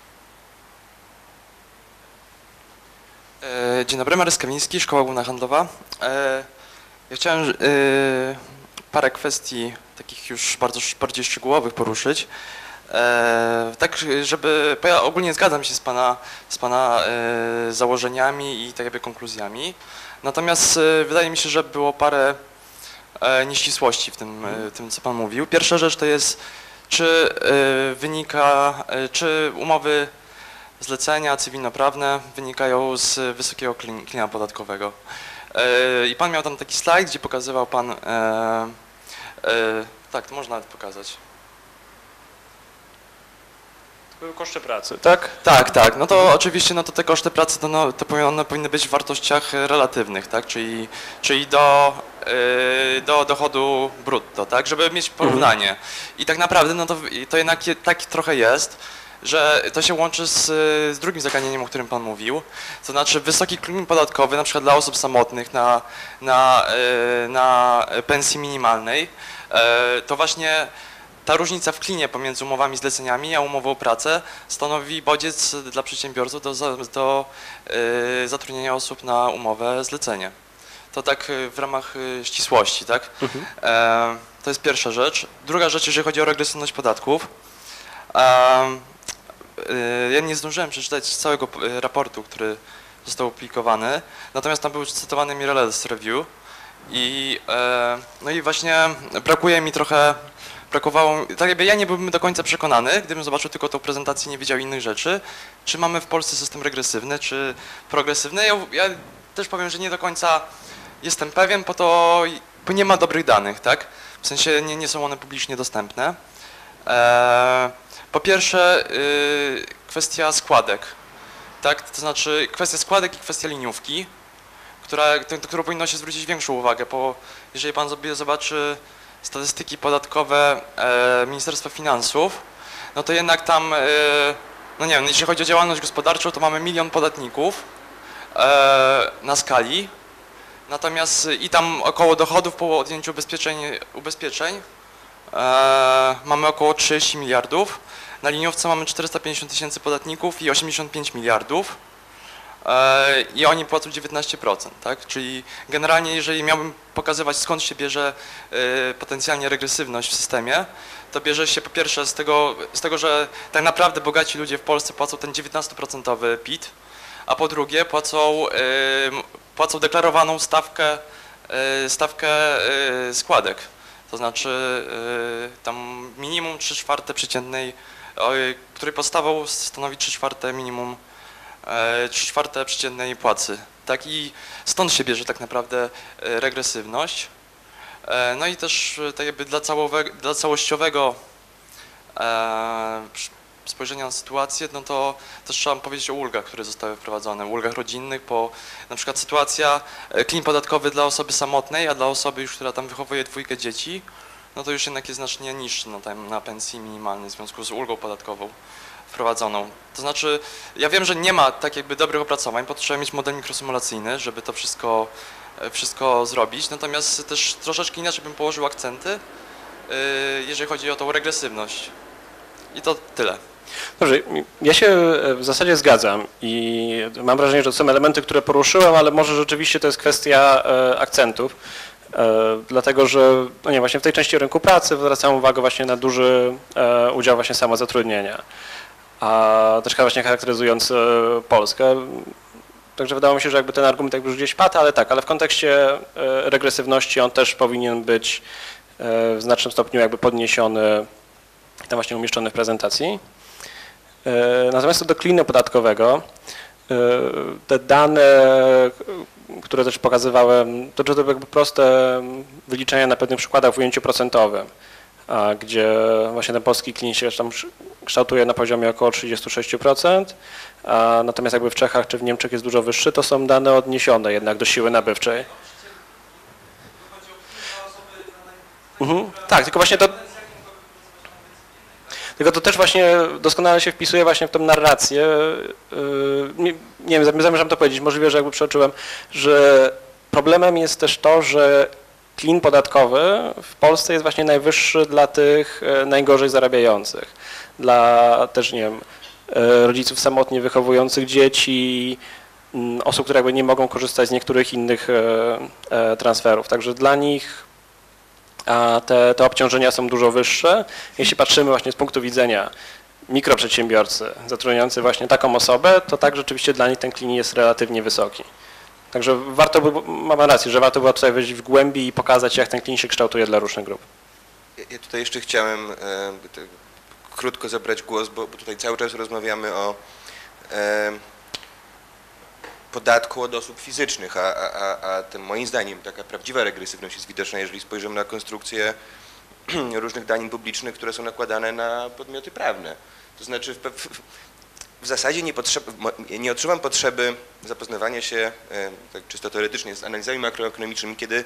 Dzień dobry, Marek Kamiński, Szkoła Główna Handlowa. Ja chciałem parę kwestii takich już bardziej szczegółowych poruszyć. Tak, żeby, bo ja ogólnie zgadzam się z pana założeniami i tak jakby konkluzjami, natomiast wydaje mi się, że było parę nieścisłości w tym, co pan mówił. Pierwsza rzecz to jest, czy umowy zlecenia cywilnoprawne wynikają z wysokiego klina podatkowego. I pan miał tam taki slajd, gdzie pokazywał pan, tak, to można nawet pokazać. Były koszty pracy, tak? Tak. No to oczywiście no to te koszty pracy to one powinny być w wartościach relatywnych, tak? Czyli do dochodu brutto, tak? Żeby mieć porównanie. I tak naprawdę no to jednak tak trochę jest, że to się łączy z drugim zagadnieniem, o którym pan mówił. To znaczy wysoki klin podatkowy, na przykład dla osób samotnych na pensji minimalnej, to właśnie ta różnica w klinie pomiędzy umowami zleceniami a umową o pracę stanowi bodziec dla przedsiębiorców do zatrudnienia osób na umowę zlecenie. To tak w ramach ścisłości, tak? To jest pierwsza rzecz. Druga rzecz, jeżeli chodzi o regresywność podatków. Ja nie zdążyłem przeczytać całego raportu, który został opublikowany, natomiast tam był cytowany Mirrorless Review no i właśnie brakowało, tak jakby ja nie byłbym do końca przekonany, gdybym zobaczył tylko tą prezentację i nie wiedział innych rzeczy, czy mamy w Polsce system regresywny, czy progresywny. Ja też powiem, że nie do końca jestem pewien, bo nie ma dobrych danych, tak? W sensie nie są one publicznie dostępne. Po pierwsze kwestia składek, tak? To znaczy kwestia składek i kwestia liniówki, którą powinno się zwrócić większą uwagę, bo jeżeli pan sobie zobaczy statystyki podatkowe Ministerstwa Finansów, no to jednak tam, no nie wiem, jeśli chodzi o działalność gospodarczą, to mamy 1 milion podatników na skali, natomiast i tam około dochodów po odjęciu ubezpieczeń mamy około 30 miliardów, na liniówce mamy 450 000 podatników i 85 miliardów i oni płacą 19%, tak? Czyli generalnie jeżeli miałbym pokazywać skąd się bierze potencjalnie regresywność w systemie, to bierze się po pierwsze z tego, że tak naprawdę bogaci ludzie w Polsce płacą ten 19% PIT, a po drugie płacą deklarowaną stawkę składek. To znaczy tam minimum 3/4 przeciętnej, której podstawą stanowi 3/4 minimum, 3/4 przeciętnej płacy. Tak, i stąd się bierze tak naprawdę regresywność. No i też tak jakby dla całościowego spojrzenia na sytuację, no to też trzeba powiedzieć o ulgach, które zostały wprowadzone, ulgach rodzinnych, bo na przykład sytuacja, klin podatkowy dla osoby samotnej, a dla osoby już, która tam wychowuje 2 dzieci, no to już jednak jest znacznie niższy na pensji minimalnej w związku z ulgą podatkową wprowadzoną. To znaczy, ja wiem, że nie ma tak jakby dobrych opracowań, bo trzeba mieć model mikrosymulacyjny, żeby to wszystko zrobić, natomiast też troszeczkę inaczej bym położył akcenty, jeżeli chodzi o tą regresywność. I to tyle. Dobrze, ja się w zasadzie zgadzam i mam wrażenie, że to są elementy, które poruszyłem, ale może rzeczywiście to jest kwestia akcentów, dlatego że no nie, właśnie w tej części rynku pracy zwracam uwagę właśnie na duży udział właśnie samozatrudnienia, a też właśnie charakteryzując Polskę. Także wydawało mi się, że jakby ten argument jakby już gdzieś padł, ale w kontekście regresywności on też powinien być w znacznym stopniu jakby podniesiony, tam właśnie umieszczony w prezentacji. Natomiast co do klinu podatkowego, te dane, które też pokazywałem, to jakby proste wyliczenia na pewnych przykładach w ujęciu procentowym, gdzie właśnie ten polski klin się tam kształtuje na poziomie około 36%, natomiast jakby w Czechach czy w Niemczech jest dużo wyższy, to są dane odniesione jednak do siły nabywczej. Tak, tylko właśnie to... Tylko to też właśnie doskonale się wpisuje właśnie w tą narrację. Nie wiem, zamierzam to powiedzieć, możliwe, że jakby przeoczyłem, że problemem jest też to, że klin podatkowy w Polsce jest właśnie najwyższy dla tych najgorzej zarabiających. Dla też, nie wiem, rodziców samotnie wychowujących dzieci, osób, które jakby nie mogą korzystać z niektórych innych transferów. Także dla nich a te obciążenia są dużo wyższe. Jeśli patrzymy właśnie z punktu widzenia mikroprzedsiębiorcy zatrudniający właśnie taką osobę, to tak rzeczywiście dla nich ten klin jest relatywnie wysoki. Także warto by, mamy rację, że warto było tutaj wejść w głębi i pokazać, jak ten klin się kształtuje dla różnych grup. Ja tutaj jeszcze chciałem krótko zabrać głos, bo tutaj cały czas rozmawiamy o podatku od osób fizycznych, a tym moim zdaniem taka prawdziwa regresywność jest widoczna, jeżeli spojrzymy na konstrukcję różnych danin publicznych, które są nakładane na podmioty prawne. To znaczy w zasadzie nie odczuwam potrzeby zapoznawania się tak czysto teoretycznie z analizami makroekonomicznymi, kiedy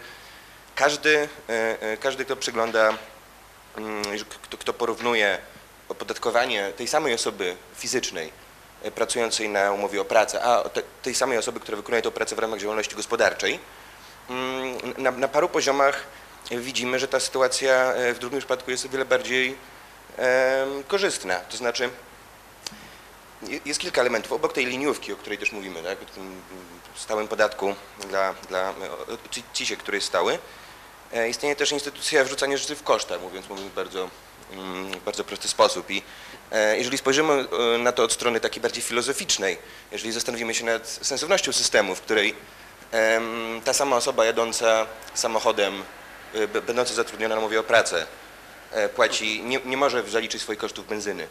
każdy kto przegląda, kto porównuje opodatkowanie tej samej osoby fizycznej pracującej na umowie o pracę, a tej samej osoby, która wykonuje tę pracę w ramach działalności gospodarczej, na paru poziomach widzimy, że ta sytuacja w drugim przypadku jest o wiele bardziej korzystna. To znaczy jest kilka elementów. Obok tej liniówki, o której też mówimy, tak, o tym stałym podatku dla CIT-ie, który jest stały, istnieje też instytucja wrzucania rzeczy w koszta, mówiąc w bardzo prosty sposób. I jeżeli spojrzymy na to od strony takiej bardziej filozoficznej, jeżeli zastanowimy się nad sensownością systemu, w której ta sama osoba jadąca samochodem, będąca zatrudniona na umowie o pracę, płaci, nie może zaliczyć swoich kosztów benzyny,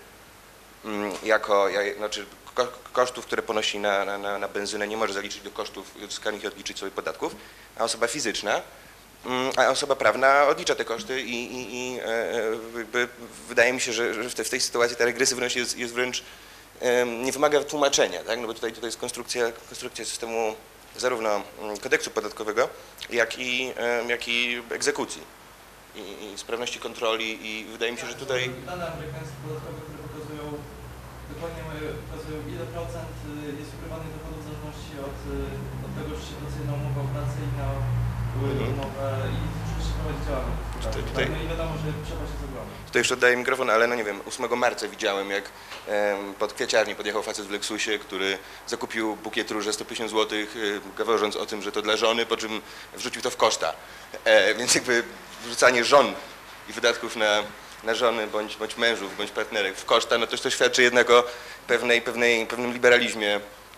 znaczy kosztów, które ponosi na benzynę, nie może zaliczyć do kosztów uzyskanych i odliczyć sobie podatków, a osoba fizyczna, a osoba prawna odlicza te koszty i wydaje mi się, że w tej sytuacji ta regresywność jest wręcz, nie wymaga tłumaczenia, tak? No bo tutaj jest konstrukcja systemu zarówno kodeksu podatkowego, jak i egzekucji i sprawności kontroli i wydaje mi się, że tutaj... Dane amerykańskie podatkowe, które dokładnie pokazują, ile procent jest ukrywanych dochodów w zależności od tego, czy się pracuje na umowę o pracę i na umowę i czy się prowadzi działalność. No i wiadomo, że przepaść jest ogromna. Tutaj już oddaję mikrofon, ale no nie wiem, 8 marca widziałem, jak pod kwiaciarnię podjechał facet w Lexusie, który zakupił bukiet róży za 150 zł, gaworząc o tym, że to dla żony, po czym wrzucił to w koszta. Więc jakby wrzucanie żon i wydatków na żony, bądź mężów, bądź partnerek w koszta, no to świadczy jednak o pewnym liberalizmie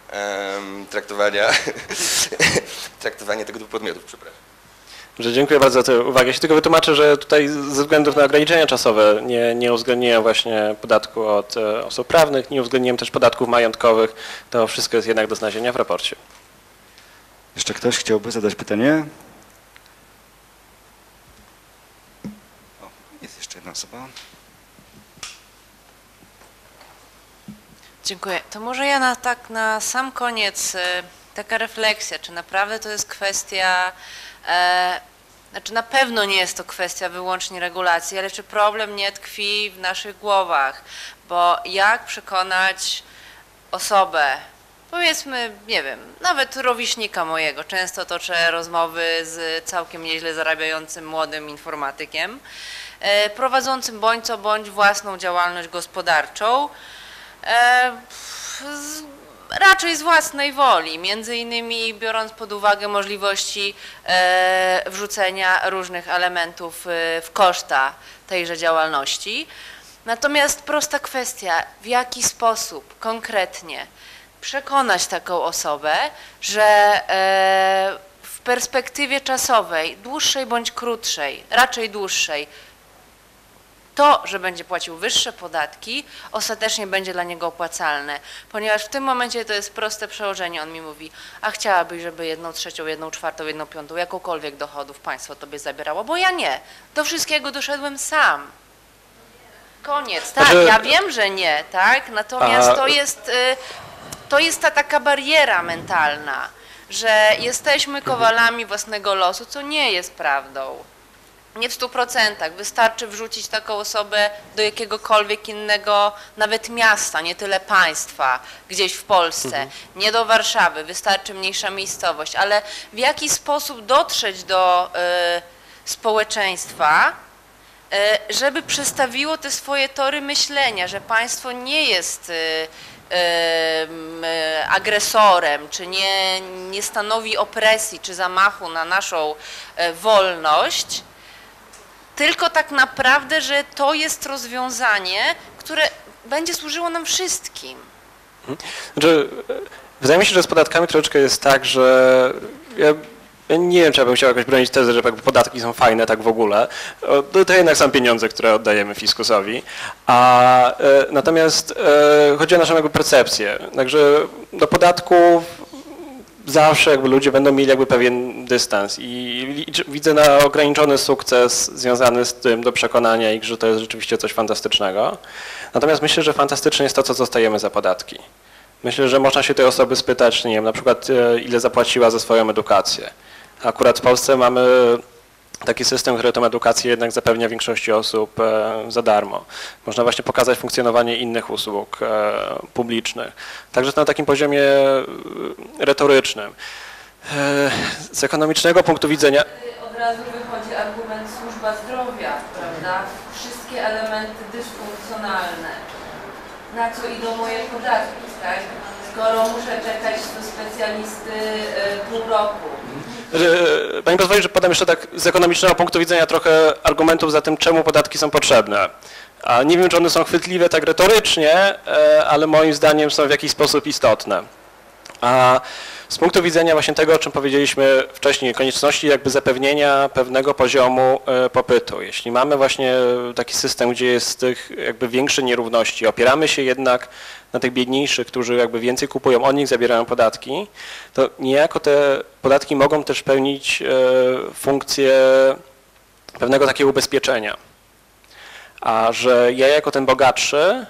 traktowania tego typu podmiotów, przepraszam. Dobrze, dziękuję bardzo za tę uwagę. Ja się tylko wytłumaczę, że tutaj ze względów na ograniczenia czasowe nie uwzględniłem właśnie podatku od osób prawnych, nie uwzględniłem też podatków majątkowych. To wszystko jest jednak do znalezienia w raporcie. Jeszcze ktoś chciałby zadać pytanie? O, jest jeszcze jedna osoba. Dziękuję. To może ja na sam koniec taka refleksja, czy naprawdę to jest kwestia, znaczy na pewno nie jest to kwestia wyłącznie regulacji, ale czy problem nie tkwi w naszych głowach, bo jak przekonać osobę, powiedzmy, nie wiem, nawet rówieśnika mojego, często toczę rozmowy z całkiem nieźle zarabiającym młodym informatykiem, prowadzącym bądź co bądź własną działalność gospodarczą, raczej z własnej woli, między innymi biorąc pod uwagę możliwości wrzucenia różnych elementów w koszta tejże działalności. Natomiast prosta kwestia, w jaki sposób konkretnie przekonać taką osobę, że w perspektywie czasowej, dłuższej bądź krótszej, raczej dłuższej, to, że będzie płacił wyższe podatki, ostatecznie będzie dla niego opłacalne, ponieważ w tym momencie to jest proste przełożenie. On mi mówi, a chciałabyś, żeby 1/3, 1/4, 1/5, jakąkolwiek dochodów państwo tobie zabierało, bo ja nie. Do wszystkiego doszedłem sam. Koniec. Tak, ja wiem, że nie, tak? Natomiast to jest ta taka bariera mentalna, że jesteśmy kowalami własnego losu, co nie jest prawdą. Nie w 100%. Wystarczy wrzucić taką osobę do jakiegokolwiek innego, nawet miasta, nie tyle państwa, gdzieś w Polsce, nie do Warszawy, wystarczy mniejsza miejscowość, ale w jaki sposób dotrzeć do społeczeństwa, żeby przestawiło te swoje tory myślenia, że państwo nie jest agresorem, czy nie stanowi opresji, czy zamachu na naszą wolność, tylko tak naprawdę, że to jest rozwiązanie, które będzie służyło nam wszystkim. Znaczy, wydaje mi się, że z podatkami troszeczkę jest tak, że ja nie wiem, czy ja bym chciał jakoś bronić tezy, że jakby podatki są fajne tak w ogóle. To jednak są pieniądze, które oddajemy fiskusowi. Natomiast chodzi o naszą jakby percepcję. Także do podatków zawsze jakby ludzie będą mieli jakby pewien dystans i widzę na ograniczony sukces związany z tym do przekonania ich, że to jest rzeczywiście coś fantastycznego. Natomiast myślę, że fantastyczne jest to, co dostajemy za podatki. Myślę, że można się tej osoby spytać, nie wiem, na przykład ile zapłaciła za swoją edukację. Akurat w Polsce mamy taki system, który tę edukację jednak zapewnia większości osób za darmo. Można właśnie pokazać funkcjonowanie innych usług publicznych. Także to na takim poziomie retorycznym. Z ekonomicznego punktu widzenia... Od razu wychodzi argument służba zdrowia, prawda? Wszystkie elementy dysfunkcjonalne. Na co idą moje podatki, tak? Skoro muszę czekać do specjalisty pół roku. Pani pozwoli, że podam jeszcze tak z ekonomicznego punktu widzenia trochę argumentów za tym, czemu podatki są potrzebne. A nie wiem, czy one są chwytliwe tak retorycznie, ale moim zdaniem są w jakiś sposób istotne. A z punktu widzenia właśnie tego, o czym powiedzieliśmy wcześniej, konieczności jakby zapewnienia pewnego poziomu popytu. Jeśli mamy właśnie taki system, gdzie jest tych jakby większe nierówności, opieramy się jednak na tych biedniejszych, którzy jakby więcej kupują, od nich zabierają podatki, to niejako te podatki mogą też pełnić funkcję pewnego takiego ubezpieczenia. A że ja jako ten bogatszy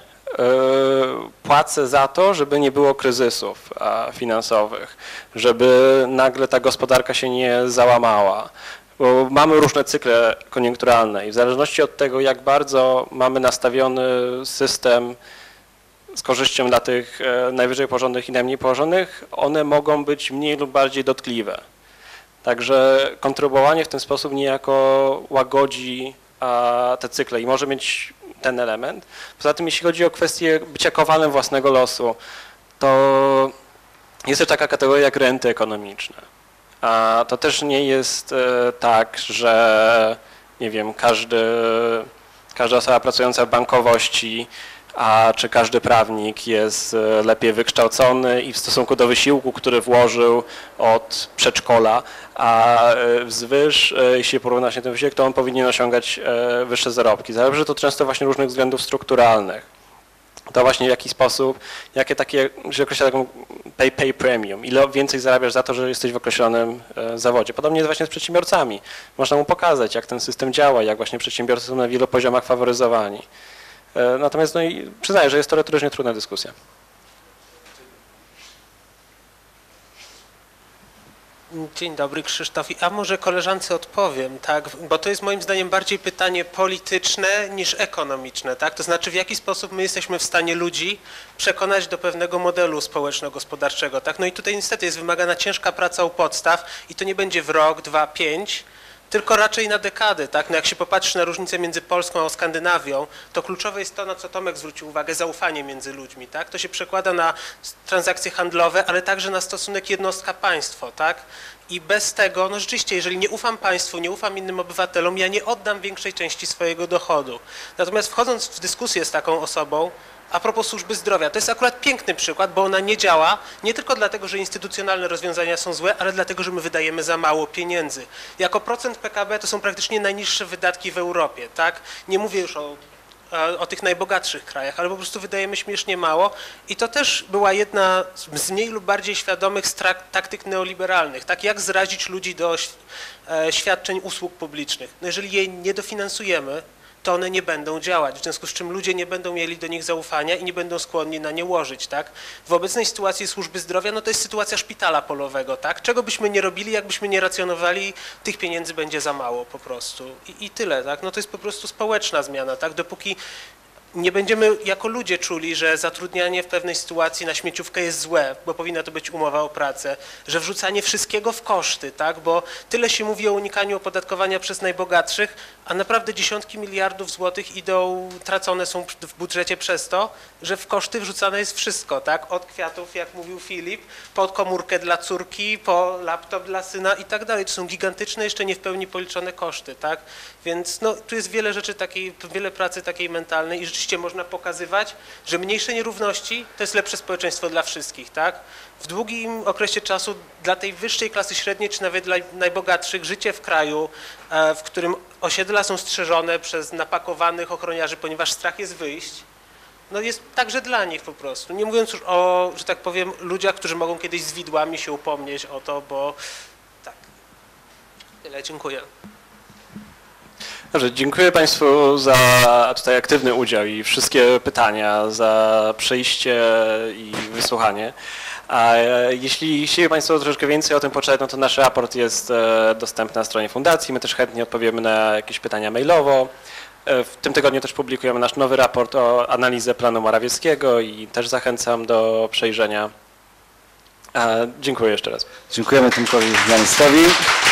płacę za to, żeby nie było kryzysów finansowych, żeby nagle ta gospodarka się nie załamała. Bo mamy różne cykle koniunkturalne i w zależności od tego, jak bardzo mamy nastawiony system z korzyścią dla tych najwyżej położonych i najmniej położonych, one mogą być mniej lub bardziej dotkliwe. Także kontrybuowanie w ten sposób niejako łagodzi te cykle i może mieć ten element. Poza tym, jeśli chodzi o kwestię bycia kowalem własnego losu, to jest też taka kategoria jak renty ekonomiczne. A to też nie jest tak, że nie wiem, każda osoba pracująca w bankowości, czy każdy prawnik jest lepiej wykształcony i w stosunku do wysiłku, który włożył od przedszkola, a wzwyż, jeśli porówna się ten wysiłek, to on powinien osiągać wyższe zarobki. Zależy to często właśnie różnych względów strukturalnych. To właśnie w jaki sposób, jakie takie, że określa taką pay premium, ile więcej zarabiasz za to, że jesteś w określonym zawodzie. Podobnie jest właśnie z przedsiębiorcami. Można mu pokazać, jak ten system działa, jak właśnie przedsiębiorcy są na wielu poziomach faworyzowani. Natomiast no i przyznaję, że jest to retorycznie trudna dyskusja. Dzień dobry, Krzysztof. A może koleżance odpowiem, tak? Bo to jest moim zdaniem bardziej pytanie polityczne niż ekonomiczne, tak? To znaczy, w jaki sposób my jesteśmy w stanie ludzi przekonać do pewnego modelu społeczno-gospodarczego, tak? No i tutaj niestety jest wymagana ciężka praca u podstaw i to nie będzie w rok, 2, 5, tylko raczej na dekady, tak? No jak się popatrzy na różnicę między Polską a Skandynawią, to kluczowe jest to, na co Tomek zwrócił uwagę, zaufanie między ludźmi, tak? To się przekłada na transakcje handlowe, ale także na stosunek jednostka-państwo, tak? I bez tego, no rzeczywiście, jeżeli nie ufam państwu, nie ufam innym obywatelom, ja nie oddam większej części swojego dochodu. Natomiast wchodząc w dyskusję z taką osobą, a propos służby zdrowia, to jest akurat piękny przykład, bo ona nie działa nie tylko dlatego, że instytucjonalne rozwiązania są złe, ale dlatego, że my wydajemy za mało pieniędzy. Jako procent PKB to są praktycznie najniższe wydatki w Europie, tak? Nie mówię już o tych najbogatszych krajach, ale po prostu wydajemy śmiesznie mało i to też była jedna z mniej lub bardziej świadomych taktyk neoliberalnych, tak? Jak zrazić ludzi do świadczeń usług publicznych. No jeżeli je nie dofinansujemy, to one nie będą działać, w związku z czym ludzie nie będą mieli do nich zaufania i nie będą skłonni na nie łożyć, tak? W obecnej sytuacji służby zdrowia, no to jest sytuacja szpitala polowego, tak? Czego byśmy nie robili, jakbyśmy nie racjonowali, tych pieniędzy będzie za mało po prostu i tyle, tak? No to jest po prostu społeczna zmiana, tak? Dopóki nie będziemy jako ludzie czuli, że zatrudnianie w pewnej sytuacji na śmieciówkę jest złe, bo powinna to być umowa o pracę, że wrzucanie wszystkiego w koszty, tak, bo tyle się mówi o unikaniu opodatkowania przez najbogatszych, a naprawdę dziesiątki miliardów złotych tracone są w budżecie przez to, że w koszty wrzucane jest wszystko, tak, od kwiatów, jak mówił Filip, po komórkę dla córki, po laptop dla syna i tak dalej. To są gigantyczne, jeszcze nie w pełni policzone koszty, tak, więc no, tu jest wiele rzeczy takiej, wiele pracy takiej mentalnej i rzeczywiście można pokazywać, że mniejsze nierówności to jest lepsze społeczeństwo dla wszystkich, tak? W długim okresie czasu dla tej wyższej klasy średniej, czy nawet dla najbogatszych, życie w kraju, w którym osiedla są strzeżone przez napakowanych ochroniarzy, ponieważ strach jest wyjść, no jest także dla nich po prostu. Nie mówiąc już o, że tak powiem, ludziach, którzy mogą kiedyś z widłami się upomnieć o to, bo tak. Tyle, dziękuję. Dobrze, dziękuję Państwu za tutaj aktywny udział i wszystkie pytania, za przyjście i wysłuchanie. A jeśli chcieli Państwo troszeczkę więcej o tym poczytać, no to nasz raport jest dostępny na stronie fundacji. My też chętnie odpowiemy na jakieś pytania mailowo. W tym tygodniu też publikujemy nasz nowy raport o analizę planu Morawieckiego i też zachęcam do przejrzenia. Dziękuję jeszcze raz. Dziękujemy Tomkowi Janiskowi.